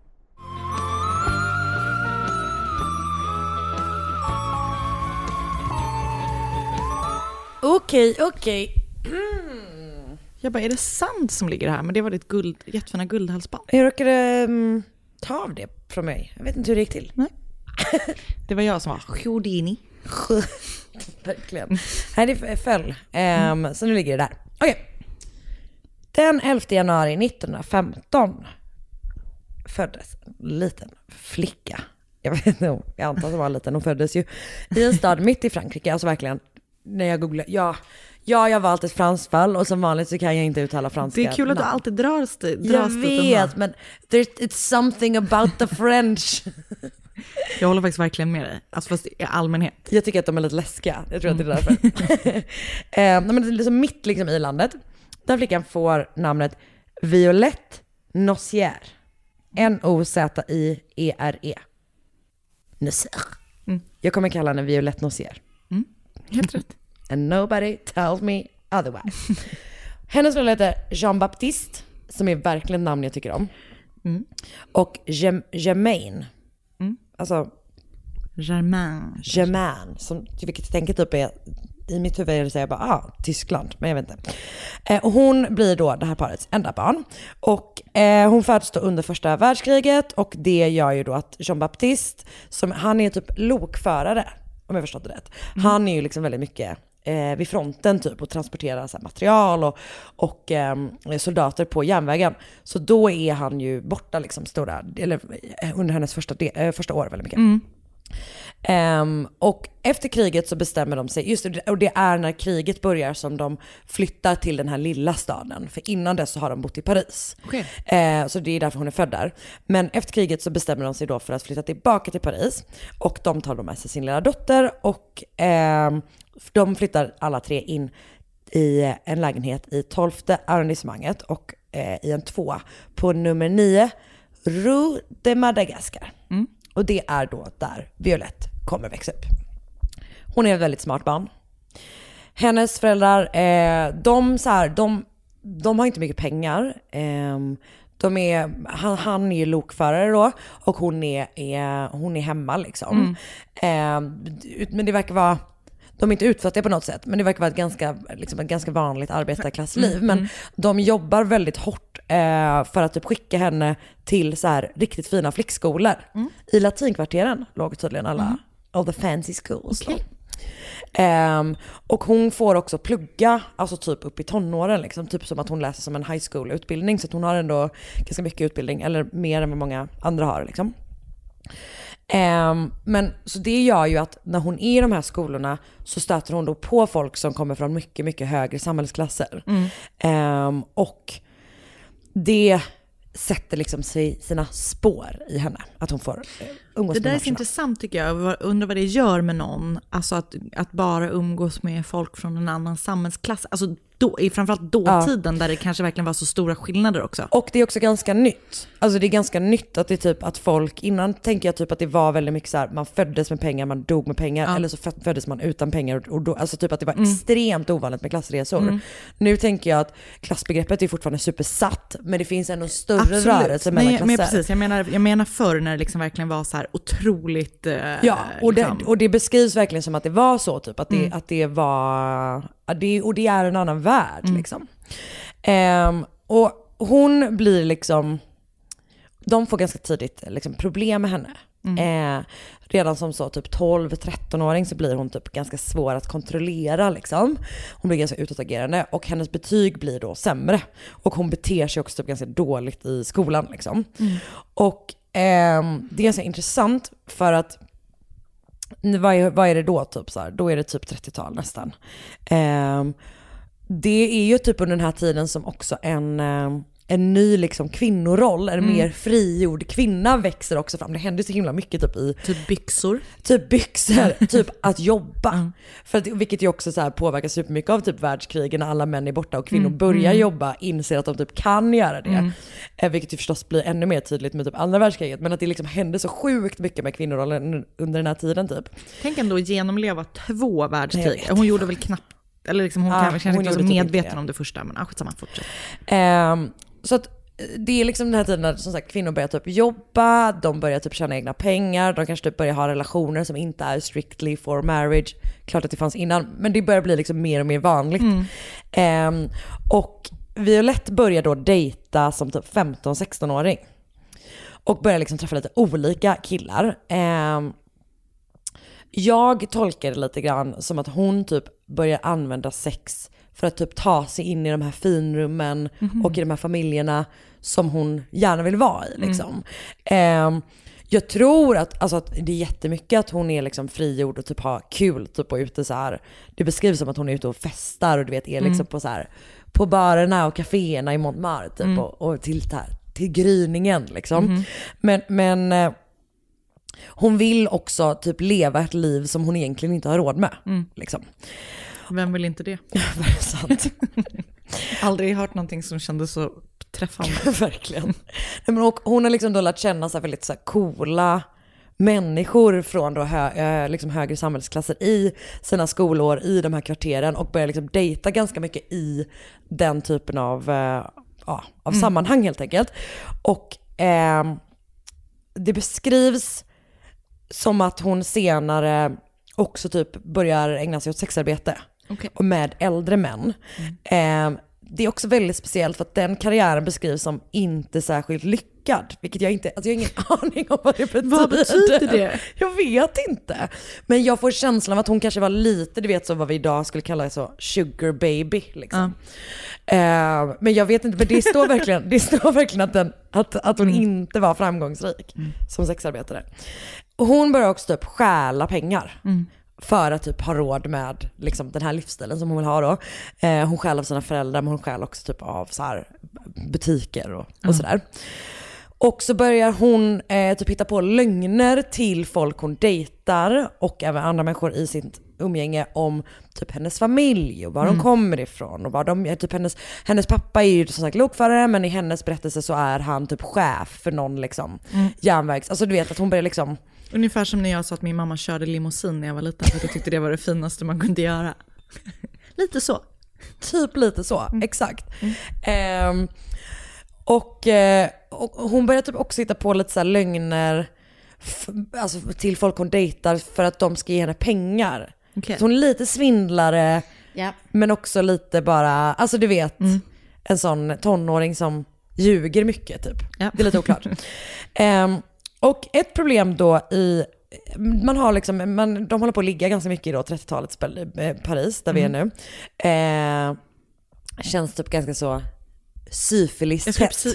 Okej. Jag bara, är det sand som ligger här? Men det var ditt jättefina guldhalsband. Jag råkade ta av det från mig. Jag vet inte hur det gick till. Nej. Det var jag som var Houdini. Verkligen. Nej, det föll. Så nu ligger det där. Okej. Den 11 januari 1915 föddes en liten flicka. Jag vet inte, jag antar att det var liten. Hon föddes ju i en stad mitt i Frankrike. Alltså verkligen, när jag googlar. Jag har valt ett franskt fall och som vanligt så kan jag inte uttala franska. Det är kul att du alltid dras jag vet, men it's something about the French. Jag håller faktiskt verkligen med dig. Alltså fast i allmänhet. Jag tycker att de är lite läskiga. Jag tror att det är därför. Men det är liksom mitt liksom i landet. Den flickan får namnet Violette Nozière. N-O-Z-I-E-R-E. Nozière. Jag kommer kalla henne Violette Nozière. Helt rätt. And nobody tells me otherwise. Hennes föräldrar heter Jean-Baptiste, som är verkligen namn jag tycker om. Och Germaine. Alltså Germain, som vilket jag tänker typ är i mitt huvud säger jag bara Tyskland, men jag vet inte. Och hon blir då det här parets enda barn. Och hon föds då under första världskriget, och det gör ju då att Jean-Baptiste, han är typ lokförare, om jag förstått det rätt. Han är ju liksom väldigt mycket vid fronten typ och transporterar så här material och soldater på järnvägen. Så då är han ju borta liksom under hennes första år väldigt mycket. Och efter kriget så bestämmer de sig, just det, och det är när kriget börjar som de flyttar till den här lilla staden, för innan dess så har de bott i Paris. Så det är därför hon är född där. Men efter kriget så bestämmer de sig då för att flytta tillbaka till Paris, och de tar då med sig sin lilla dotter, och de flyttar alla tre in i en lägenhet i 12:e arrondissemanget och i en 2 på nummer 9 Rue de Madagascar. Och det är då där Violette kommer växa upp. Hon är ett väldigt smart barn. hennes föräldrar, de har inte mycket pengar. Han är ju lokförare då och hon är hemma liksom. Men det verkar vara, de är inte utfattiga på något sätt, men det verkar vara ett ganska vanligt arbetarklassliv. Men de jobbar väldigt hårt för att typ skicka henne till så här riktigt fina flickskolor. I latinkvarteren låg tydligen all the fancy schools. Okay. Och hon får också plugga, alltså typ upp i tonåren liksom, typ som att hon läser som en high school utbildning, så att hon har ändå ganska mycket utbildning, eller mer än vad många andra har liksom. Men så det gör ju att när hon är i de här skolorna så stöter hon då på folk som kommer från mycket, mycket högre samhällsklasser. Och det sätter liksom sina spår i henne, att hon får umgås. Det där är så intressant tycker jag. Undrar vad det gör med någon, alltså att bara umgås med folk från en annan samhällsklass, alltså i framförallt dåtiden där det kanske verkligen var så stora skillnader också. Och det är också ganska nytt. Alltså det är ganska nytt att det är typ att folk, innan tänker jag typ att det var väldigt mycket så här, man föddes med pengar, man dog med pengar, eller så föddes man utan pengar, och då, alltså typ att det var extremt ovanligt med klassresor. Nu tänker jag att klassbegreppet är fortfarande supersatt, men det finns ändå en större rörelse mellan klasser. Men precis, jag menar förr när det liksom verkligen var så här otroligt och det beskrivs verkligen som att det var så typ, att det var och det är en annan värld liksom. Och hon blir liksom, de får ganska tidigt liksom problem med henne. Redan som så typ 12-13-åring så blir hon typ ganska svår att kontrollera liksom. Hon blir ganska utåtagerande och hennes betyg blir då sämre, och hon beter sig också typ ganska dåligt i skolan liksom. Och det är ganska intressant för att vad är det då typ så här? Då är det typ 30-tal nästan. Det är ju typ under den här tiden som också en ny liksom kvinnoroll, en mer frigjord kvinna växer också fram. Det händer så himla mycket typ i typ byxor, typ att jobba. För att, vilket ju också så här påverkas supermycket av typ världskrigen, när alla män är borta och kvinnor börjar jobba, inser att de typ kan göra det. Vilket ju förstås blir ännu mer tydligt med typ andra världskriget, men att det liksom händer så sjukt mycket med kvinnorollen under den här tiden typ. Tänk ändå genomleva 2 världskrig. Hon gjorde väl knappt, eller liksom hon kanske inte var så medveten om det första, men skitsamma, fortsätt. Så att det är liksom den här tiden när som sagt, kvinnor börjar typ jobba, de börjar typ tjäna egna pengar, de kanske typ börjar ha relationer som inte är strictly for marriage. Klart att det fanns innan, men det börjar bli liksom mer och mer vanligt. Och Violette börjar då dejta som typ 15-16-åring och börjar liksom träffa lite olika killar. Jag tolkar det lite grann som att hon typ börjar använda sex för att typ ta sig in i de här finrummen och i de här familjerna som hon gärna vill vara i liksom. Jag tror att det är jättemycket att hon är liksom frigjord och typ har kul typ och ute så här. Det beskrivs som att hon är ute och festar och du vet är liksom på så här på barerna och kaféerna i Montmartre typ och till gryningen liksom. Men hon vill också typ leva ett liv som hon egentligen inte har råd med liksom. Vem vill inte det? Sant. Aldrig hört någonting som kändes så träffande. Verkligen. Men hon har liksom då lärt känna så här väldigt så här coola människor från då liksom högre samhällsklasser i sina skolår i de här kvarteren och börjar liksom dejta ganska mycket i den typen av sammanhang helt enkelt. Och det beskrivs som att hon senare också typ börjar ägna sig åt sexarbete och med äldre män. Det är också väldigt speciellt för att den karriären beskrivs som inte särskilt lyckad, vilket jag har ingen aning om vad det betyder. Vad betyder det? Jag vet inte. Men jag får känslan av att hon kanske var lite, du vet så vad vi idag skulle kalla så sugar baby liksom. Men jag vet inte, men det står verkligen att hon inte var framgångsrik som sexarbetare. Och hon börjar också typ stjäla pengar för att typ ha råd med liksom den här livsstilen som hon vill ha då. Hon stjäl av sina föräldrar, men hon stjäl också typ av så här butiker och sådär. Och så börjar hon typ hitta på lögner till folk hon dejtar och även andra människor i sitt umgänge om typ hennes familj och var de kommer ifrån och var de typ hennes pappa är ju som sagt lokförare, men i hennes berättelse så är han typ chef för någon liksom järnvägs, alltså du vet att hon börjar liksom ungefär som när jag sa att min mamma körde limousin när jag var liten för att jag tyckte det var det finaste man kunde göra. lite så. Typ lite så, exakt. Och hon börjar typ också hitta på lite så här lögner alltså till folk hon dejtar för att de ska ge henne pengar. Okay. Så hon är lite svindlare, men också lite bara, alltså du vet, en sån tonåring som ljuger mycket typ. Det är lite oklart. Och ett problem då man har liksom, de håller på att ligga ganska mycket i då 30-talets Paris, där vi är nu. Känns typ ganska så syfilis-tätt.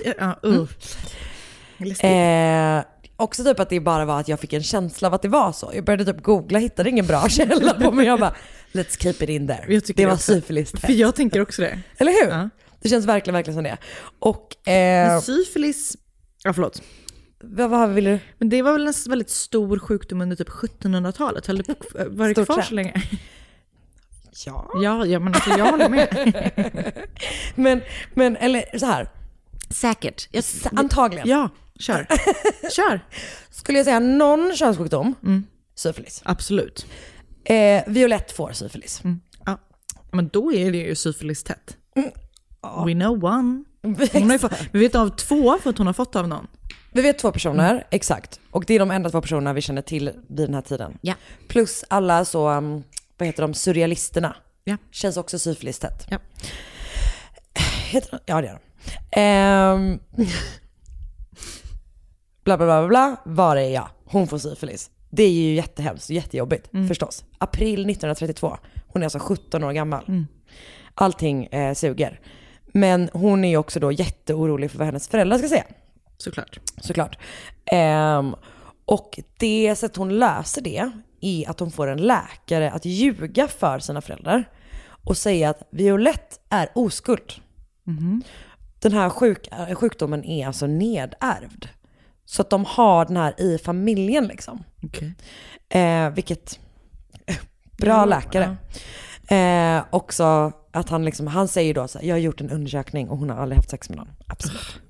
Också typ att det bara var att jag fick en känsla av att det var så. Jag började typ googla, hittade ingen bra källa på mig. Jag bara, let's keep it in there. Det var syfilis-tätt. För jag tänker också det. Eller hur? Ja. Det känns verkligen som det. Och syfilis, förlåt. Vad vill du? Men det var väl en väldigt stor sjukdom under typ 1700-talet. Var det kvar så länge? Ja, men alltså jag håller med. men eller så här. Säkert. Antagligen. Ja, kör. Skulle jag säga någon könssjukdom? Syfilis. Absolut. Violett får syfilis. Ja. Men då är det ju syfilis-tätt. We know one. Vi vet av 2 för att hon har fått av någon. Vi vet 2 personer, exakt. Och det är de enda 2 personerna vi känner till vid den här tiden. Ja. Plus alla så, vad heter de, surrealisterna. Ja. Känns också syfilis-tätt. Ja. Ja, det är de. Bla bla bla bla, var är jag? Hon får syfilis. Det är ju jättehemskt, jättejobbigt förstås. April 1932. Hon är alltså 17 år gammal. Allting suger. Men hon är ju också då jätteorolig för vad hennes föräldrar ska säga. Såklart. Och det sätt hon löser det är att hon får en läkare att ljuga för sina föräldrar och säga att Violett är oskuld. Den här sjukdomen är alltså nedärvd. Så att de har den här i familjen liksom. Okay. Vilket bra läkare. Också att han säger då så här, jag har gjort en undersökning och hon har aldrig haft sex med någon. Absolut.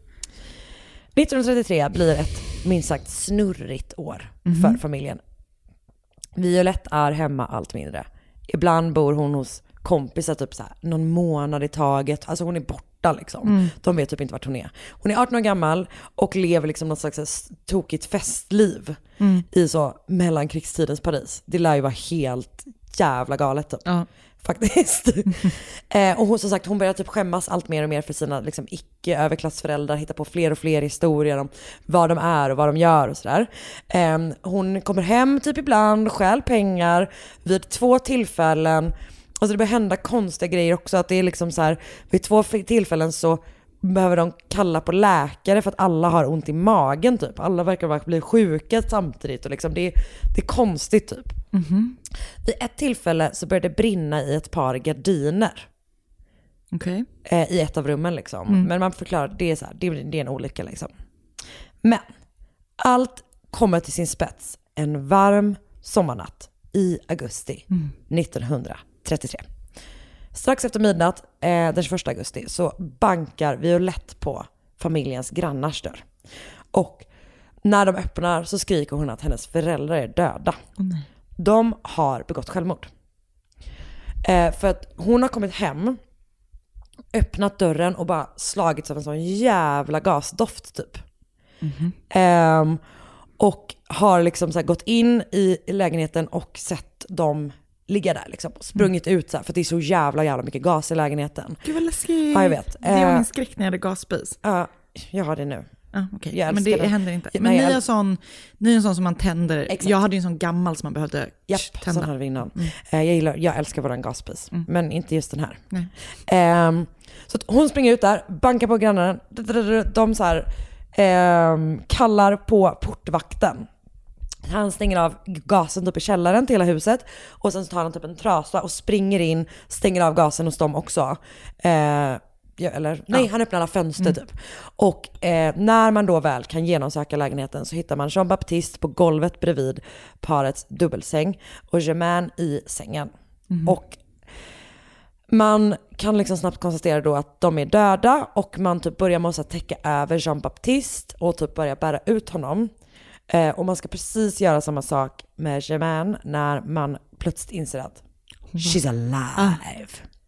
1933 blir ett minst sagt snurrigt år för familjen. Violett är hemma allt mindre. Ibland bor hon hos kompisar typ så här, någon månad i taget. Alltså hon är borta liksom. De vet typ inte vart hon är. Hon är 18 år gammal och lever liksom något slags tokigt festliv i så mellankrigstidens Paris. Det lär ju vara helt jävla galet typ. Faktiskt. Och hon, som sagt, hon börjar typ skämmas allt mer och mer för sina liksom, icke-överklassföräldrar, hitta på fler och fler historier om vad de är och vad de gör och sådär. Hon kommer hem typ ibland, stjäl pengar vid 2 tillfällen. Alltså det börjar hända konstiga grejer också, att det är liksom så här, vid 2 tillfällen så behöver de kalla på läkare för att alla har ont i magen typ. Alla verkar bli sjuka samtidigt och liksom det är konstigt typ. Vid ett tillfälle så började det brinna i ett par gardiner. Okay. I ett av rummen liksom. Men man förklarar, det är så här, det är en olycka liksom. Men allt kommer till sin spets en varm sommarnatt i augusti 1933. Strax efter midnatt, den 21 augusti, så bankar Violett på familjens grannars dörr. Och när de öppnar så skriker hon att hennes föräldrar är döda. De har begått självmord. För att hon har kommit hem, öppnat dörren och bara slagits av en sån jävla gasdoft typ. Och har liksom så här gått in i lägenheten och sett dem ligga där liksom, och sprungit ut så här, för det är så jävla mycket gas i lägenheten. Gud vad läskigt. Ja, jag vet. Det var min skräck när jag hade gasspis. Ja, jag har det nu. Okay. Men det händer inte. Men ni är en sån som man tänder. Exakt. Jag hade ju en sån gammal som man behövde tända. Sån hade vi innan. Jag älskar våran gasspis. Men inte just den här. Så att hon springer ut där, bankar på grannen. De så här, kallar på portvakten. Han stänger av gasen typ i källaren till hela huset. Och sen så tar han typ en trasa och springer in, stänger av gasen hos dem också. Han öppnar alla fönster typ. Och när man då väl kan genomsöka lägenheten så hittar man Jean-Baptiste på golvet bredvid parets dubbelsäng och Germain i sängen. Och man kan liksom snabbt konstatera då att de är döda och man typ börjar med att täcka över Jean-Baptiste och typ börja bära ut honom. Och man ska precis göra samma sak med Germain när man plötsligt inser att she's alive.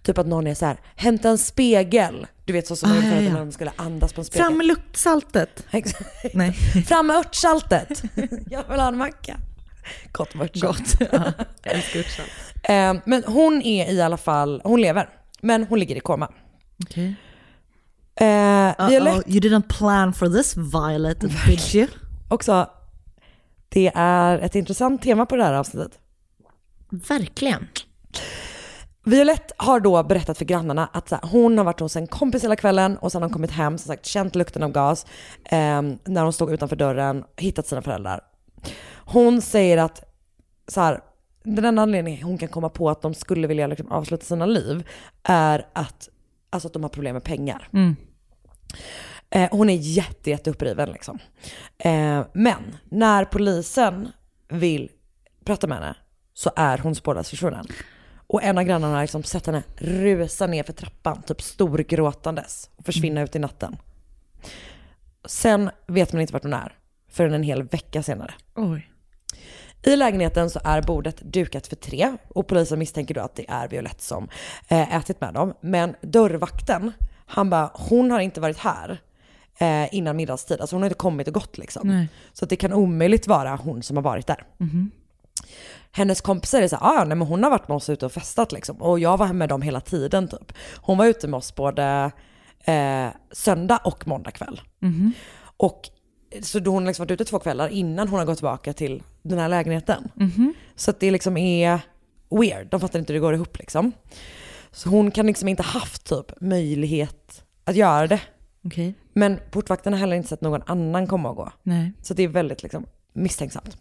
Typ att någon är så här, hämta en spegel. Du vet så som man gjorde när de skulle andas på en spegel. Fram med luktsaltet. Nej. Fram med örtsaltet. Jag vill ha en macka. Gott med örtsalt. Gott, ja. Jag älskar örtsalt. Men hon är i alla fall, hon lever. Men hon ligger i koma. Okej. Violette, you didn't plan for this, Violet, did you? också, det är ett intressant tema på det här avsnittet. Verkligen. Violette har då berättat för grannarna att hon har varit hos en kompis hela kvällen och sen har hon kommit hem, som sagt, känt lukten av gas när hon stod utanför dörren, hittat sina föräldrar. Hon säger att så här, den enda anledningen hon kan komma på att de skulle vilja liksom avsluta sina liv är att de har problem med pengar. Hon är jätte uppriven liksom. Men när polisen vill prata med henne så är hon spårlöst försvunnen. Och en av grannarna har liksom sett henne rusa ner för trappan, typ storgråtandes, och försvinna ut i natten. Sen vet man inte vart hon är förrän en hel vecka senare. Oj. I lägenheten så är bordet dukat för 3 och polisen misstänker då att det är Violette som ätit med dem. Men dörrvakten, han bara, hon har inte varit här innan middagstid. Alltså hon har inte kommit och gått liksom. Nej. Så att det kan omöjligt vara hon som har varit där. Hennes kompisar är så här, nej men hon har varit med oss ute och festat liksom. Och jag var med dem hela tiden typ. Hon var ute med oss både söndag och måndag kväll. Och så då hon liksom varit ute 2 kvällar innan hon har gått tillbaka till den här lägenheten. Så att det liksom är weird. De fattar inte hur det går ihop liksom. Så hon kan liksom inte haft typ möjlighet att göra det. Okay. Men portvakten har heller inte sett någon annan komma och gå. Nej. Så det är väldigt liksom misstänksamt.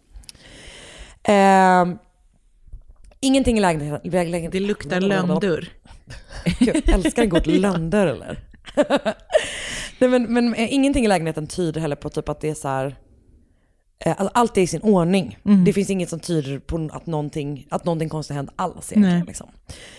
Ingenting i lägenheten. Det luktar lönndörr. Jag älskar en god lönndörr eller? Nej, men ingenting i lägenheten tyder heller på typ att det är så här, allt är i sin ordning. Det finns inget som tyder på att någonting konstigt hänt alls egentligen, liksom.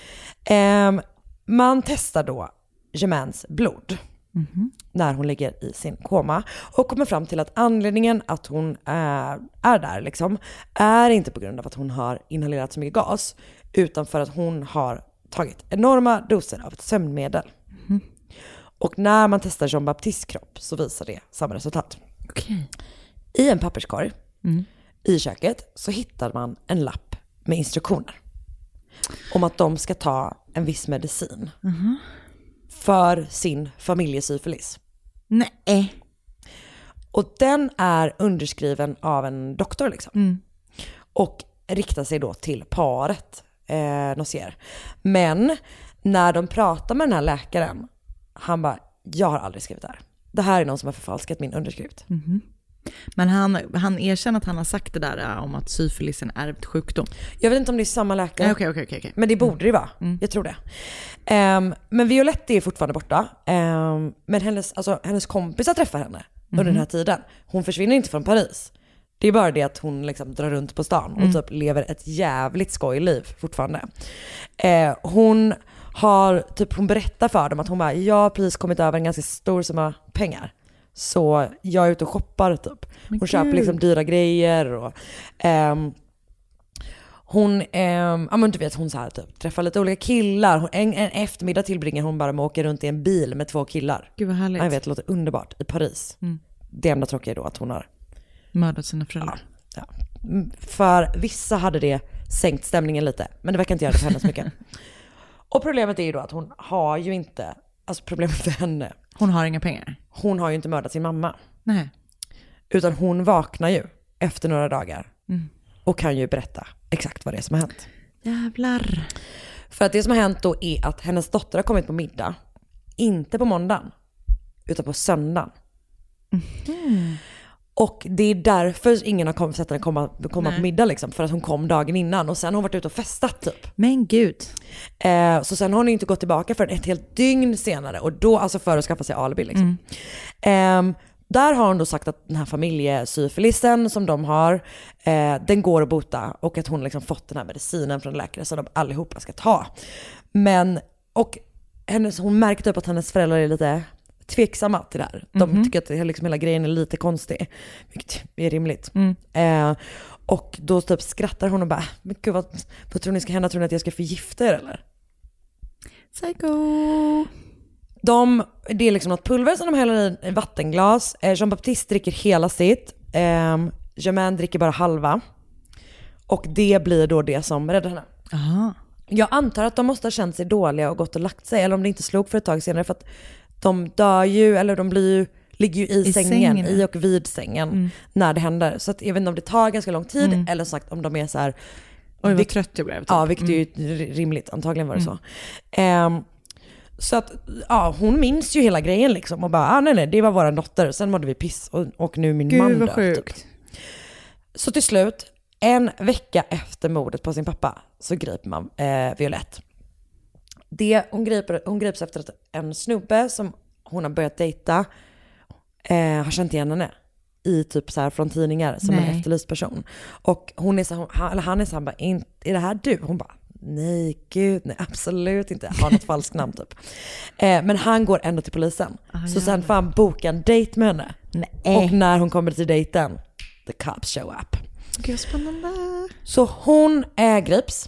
Man testar då Germaines blod när hon ligger i sin koma och kommer fram till att anledningen att hon är där liksom, är inte på grund av att hon har inhalerat så mycket gas, utan för att hon har tagit enorma doser av ett sömnmedel. Och när man testar Jean Baptistes kropp så visar det samma resultat. Okay. I en papperskorg i köket så hittar man en lapp med instruktioner om att de ska ta en viss medicin för sin familjesyfilis. Nej. Och den är underskriven av en doktor liksom. Och riktar sig då till paret Nozier. Men när de pratar med den här läkaren, han bara, jag har aldrig skrivit det här. Det här är någon som har förfalskat min underskrift. Men han erkänner att han har sagt det där om att syfilis är en ärvd sjukdom. Jag vet inte om det är samma läkare. Okej. Men det borde det vara. Jag tror det. Men Violette är fortfarande borta. Men hennes kompisar träffar henne under den här tiden. Hon försvinner inte från Paris. Det är bara det att hon liksom drar runt på stan och typ lever ett jävligt skojliv fortfarande. Hon berättar för dem att hon bara, jag har precis kommit över en ganska stor summa pengar. Så jag är ute och shoppar typ. Hon köper liksom dyra grejer och hon du vet, hon så här typ träffar lite olika killar. En eftermiddag tillbringar hon bara med att åka runt i en bil med 2 killar. Gud vad härligt. Jag vet, det låter underbart i Paris. Det enda tråkiga är då att hon har mördat sina föräldrar. Ja. För vissa hade det sänkt stämningen lite, men det verkar inte göra det för henne så mycket. Och problemet är ju då att hon har ju inte, alltså problemet för henne, hon har inga pengar. Hon har ju inte mördat sin mamma. Nej. Utan hon vaknar ju efter några dagar och kan ju berätta exakt vad det är som har hänt. Jävlar. För att det som har hänt då är att hennes dotter har kommit på middag, inte på måndagen utan på söndagen. Och det är därför ingen har sett henne komma på middag liksom, för att hon kom dagen innan och sen har hon varit ute och festat typ. Men gud. Så sen har hon inte gått tillbaka för ett helt dygn senare och då alltså för att skaffa sig alibi liksom. Där har hon då sagt att den här familjesyfilisen som de har, den går att bota och att hon liksom fått den här medicinen från läkare som de allihopa ska ta. Men, och hon märkte upp att hennes föräldrar är lite tveksamma till det här. De tycker att det, liksom, hela grejen är lite konstig, vilket är rimligt. Och då typ skrattar hon och bara, men gud, vad tror ni ska hända? Tror ni att jag ska förgifta er eller? Psycho. Det är liksom något pulver som de häller i vattenglas. Jean-Baptiste dricker hela sitt. Germaine dricker bara halva. Och det blir då det som räddar henne. Aha. Jag antar att de måste ha känt sig dåliga och gått och lagt sig. Eller om det inte slog för ett tag senare. För att de dör ju, eller de ligger ju i sängen. I och vid sängen när det händer. Så att jag vet inte om det tar ganska lång tid. Eller sagt om de är så här... Oj, vad trött jag blev. Typ. Ja, vilket är ju rimligt. Antagligen var det så. Så att hon minns ju hela grejen liksom. Och bara, nej, det var våra dotter. Sen mådde vi piss. Och nu min man dör. Typ. Så till slut, en vecka efter mordet på sin pappa, så griper man Violette. Hon grips efter att en snubbe som hon har börjat dejta har känt igen henne i typ så här från tidningar som en efterlyst person. Och hon är så, han är så, han bara, är det här du? Hon bara, nej gud, nej absolut inte. Har något falskt namn typ. Men han går ändå till polisen. Så sen får han boka en dejt med henne. Och när hon kommer till dejten, the cops show up. Gud, spännande. Så hon grips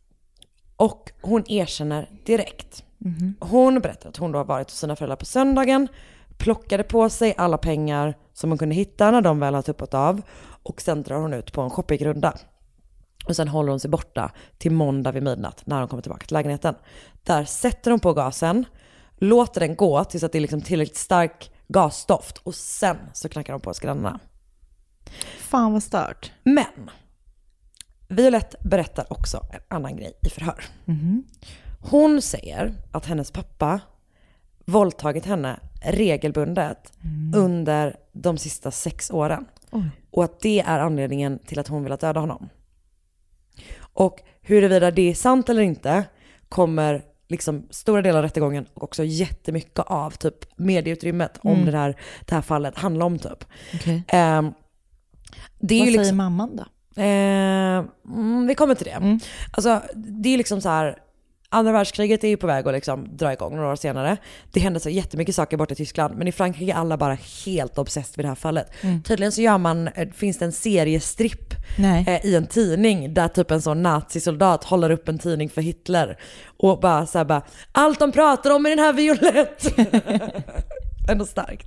och hon erkänner direkt. Hon berättar att hon då har varit hos sina föräldrar på söndagen, plockade på sig alla pengar som hon kunde hitta när de väl har tuppat av, och sen drar hon ut på en shoppingrunda. Och sen håller hon sig borta till måndag vid midnatt när hon kommer tillbaka till lägenheten. Där sätter hon på gasen, låter den gå tills att det är liksom tillräckligt stark gasdoft, och sen så knackar hon på skranarna. Fan vad stört. Men Violette berättar också en annan grej i förhör. Hon säger att hennes pappa våldtagit henne regelbundet under de sista 6 åren. Och att det är anledningen till att hon vill döda honom. Och huruvida det är sant eller inte kommer liksom stora delar av rättegången och också jättemycket av typ medieutrymmet om det här fallet handlar om typ. Okay. Det är vad ju liksom, säger mamman då? Vi kommer till det. Alltså det är liksom så här, andra världskriget är ju på väg att liksom dra igång några år senare. Det hände så jättemycket saker borta i Tyskland, men i Frankrike är alla bara helt obsessed vid det här fallet. Tydligen så finns det en seriestripp i en tidning där typ en sån nazisoldat håller upp en tidning för Hitler och bara så här, bara, allt de pratar om i den här Violette. Ändå starkt.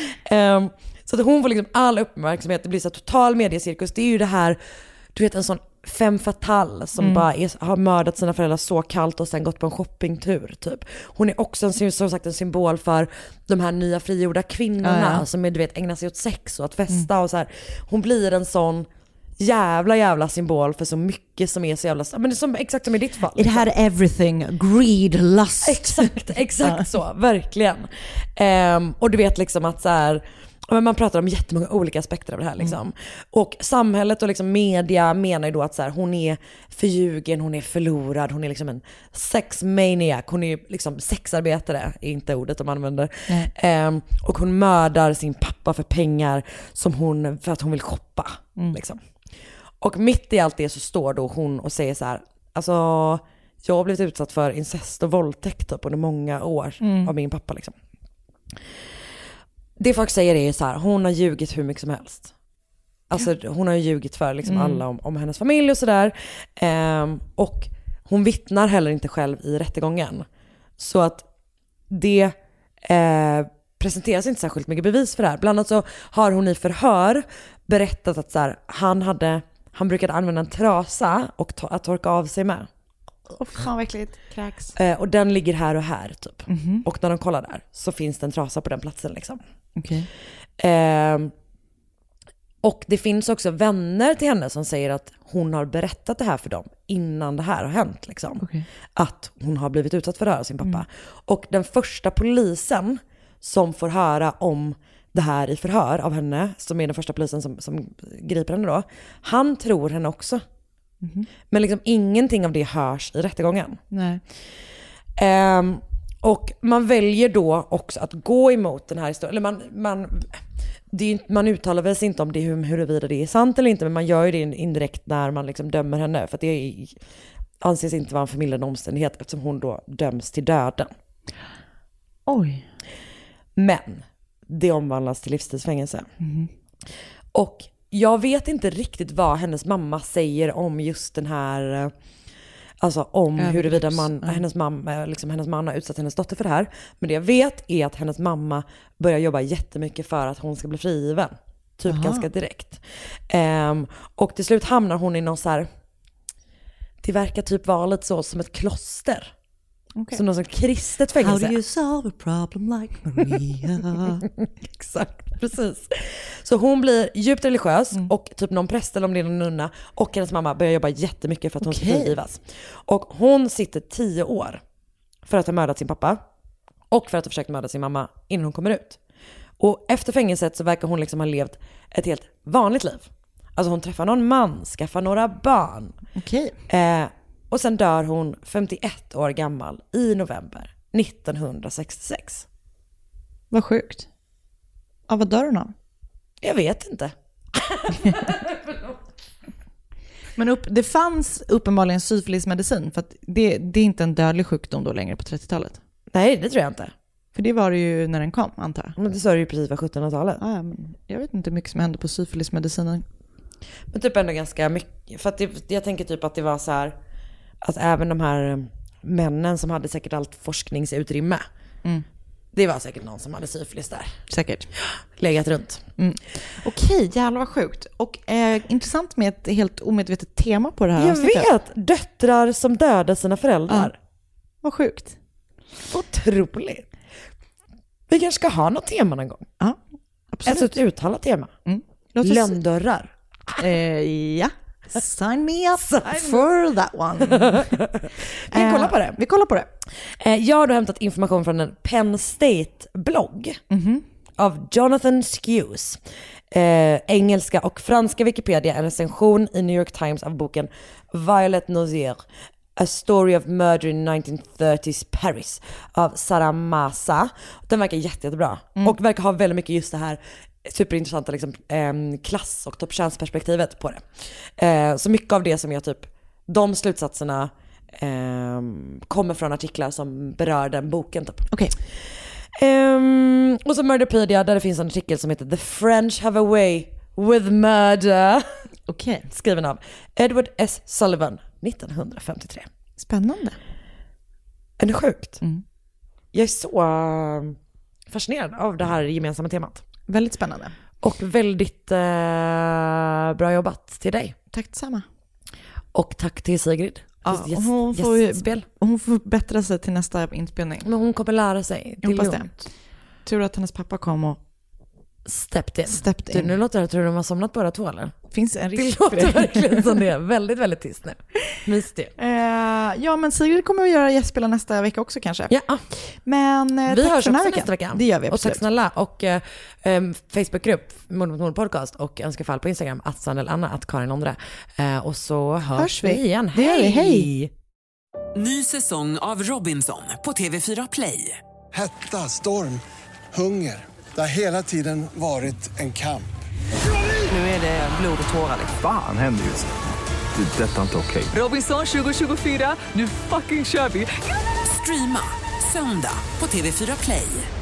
Så att hon får liksom all uppmärksamhet. Det blir så total mediecirkus. Det är ju det här, du vet, en sån femme fatale som bara har mördat sina föräldrar så kallt och sen gått på en shoppingtur typ. Hon är också som sagt en symbol för de här nya frigjorda kvinnorna som är, du vet, ägnar sig åt sex och att festa och så här. Hon blir en sån jävla symbol för så mycket som är så jävla, men det är som, exakt som i ditt fall. It had everything, greed, lust. Exakt så, verkligen. Och du vet liksom att så här, man pratar om jättemånga olika aspekter av det här liksom. Och samhället och liksom media menar ju då att så här, hon är förljugen, hon är förlorad, hon är liksom en sexmaniac, hon är liksom sexarbetare, är inte ordet de använder. Och hon mördar sin pappa för pengar för att hon vill shoppa liksom. Och mitt i allt det så står då hon och säger så här, alltså jag har blivit utsatt för incest och våldtäkt typ under många år av min pappa liksom. Det folk säger är så här, hon har ljugit hur mycket som helst. Alltså hon har ju ljugit för liksom alla om hennes familj och sådär. Och hon vittnar heller inte själv i rättegången. Så att det presenteras inte särskilt mycket bevis för det här. Bland annat så har hon i förhör berättat att så här, han brukade använda en trasa och att torka av sig med. Fan vad äckligt, kräks. Och den ligger här och här typ. Och när de kollar där så finns det en trasa på den platsen liksom. Och det finns också vänner till henne som säger att hon har berättat det här för dem innan det här har hänt liksom. Att hon har blivit utsatt för det här av sin pappa. Och den första polisen som får höra om det här i förhör av henne, som är den första polisen som griper henne då, han tror henne också. Men liksom ingenting av det hörs i rättegången. Nej. Och man väljer då också att gå emot den här historien. Eller man uttalar väl sig inte om det, huruvida det är sant eller inte, men man gör ju det indirekt när man liksom dömer henne. För att det anses inte vara en förmildrande omständighet eftersom hon då döms till döden. Oj. Men det omvandlas till livstidsfängelse. Och jag vet inte riktigt vad hennes mamma säger om just den här Alltså om huruvida hennes man har utsatt hennes dotter för det här. Men det jag vet är att hennes mamma börjar jobba jättemycket för att hon ska bli frigiven. Typ ganska direkt. Och till slut hamnar hon i någon så här... Det verkar typ vara lite så som ett kloster. Som någon som kristet fängelse. How do you solve a problem like Maria? Exakt, precis. Så hon blir djupt religiös och typ någon präst eller om det är någon nunna och hennes mamma börjar jobba jättemycket för att hon ska frigivas. Och hon sitter 10 år för att ha mördat sin pappa och för att ha försökt mörda sin mamma innan hon kommer ut. Och efter fängelset så verkar hon liksom ha levt ett helt vanligt liv. Alltså hon träffar någon man, skaffar några barn. Och sen dör hon 51 år gammal i november 1966. Vad sjukt. Ja, vad dör hon av? Jag vet inte. Men det fanns uppenbarligen syfilismedicin, för att det är inte en dödlig sjukdom då längre på 30-talet. Nej, det tror jag inte. För det var det ju när den kom, antar jag. Men det sa det ju precis på 1700-talet. Ja, men jag vet inte mycket som hände på syfilismedicinen. Men typ ändå ganska mycket. För att jag tänker typ att det var så här... Att även de här männen som hade säkert allt forskningsutrymme. Det var säkert någon som hade syfilis där. Säkert. Legat runt. Okej, jävlar vad sjukt. Och intressant med ett helt omedvetet tema på det här. Jag vet, döttrar som dödade sina föräldrar. Vad sjukt. Otroligt. Vi kanske ska ha något tema någon gång. Ja, absolut. Ett uttalat tema. Lönndörrar. Ja. Sign me up for that one. Vi kollar på det. Vi kollar på det. Jag har då hämtat information från en Penn State-blogg av Jonathan Skews. Engelska och franska Wikipedia, en recension i New York Times av boken Violet Nozier, A Story of Murder in 1930s Paris av Sarah Massa. Den verkar jättebra och verkar ha väldigt mycket just det här superintressanta liksom, klass- och toppkönsperspektivet på det. Så mycket av det som jag typ, de slutsatserna kommer från artiklar som berör den boken typ. Okej. Och så Murderpedia, där det finns en artikel som heter The French Have a Way with Murder. Skriven av Edward S. Sullivan 1953. Spännande. Är det sjukt? Jag är så fascinerad av det här gemensamma temat. Väldigt spännande. Och väldigt bra jobbat till dig. Tack detsamma. Och tack till Sigrid. Ja, hon får bättra sig till nästa inspelning. Men hon kommer lära sig. Jag hoppas det. Tur att hennes pappa kom och stepped in. Nu låter det, tror du de har somnat båda två eller? Finns en risk det låter verkligen som det är. Väldigt, väldigt tyst nu. Mysigt. Ja, men Sigrid kommer att göra gästspela nästa vecka också kanske. Ja. Men vi hörs också nästa vecka. Det gör vi absolut. Och tack snälla. Och Facebookgrupp Mord mot Mord podcast och önskefall på Instagram @sandelanna @karinondre. Och så hörs vi igen. Hej! Ny säsong av Robinson på TV4 Play. Hetta, storm, hunger. Det har hela tiden varit en kamp. Nu är det blod och tårar. Fan händer just det. Det är detta inte okej. Robinson 2024, nu fucking kör vi. Streama söndag på TV4 Play.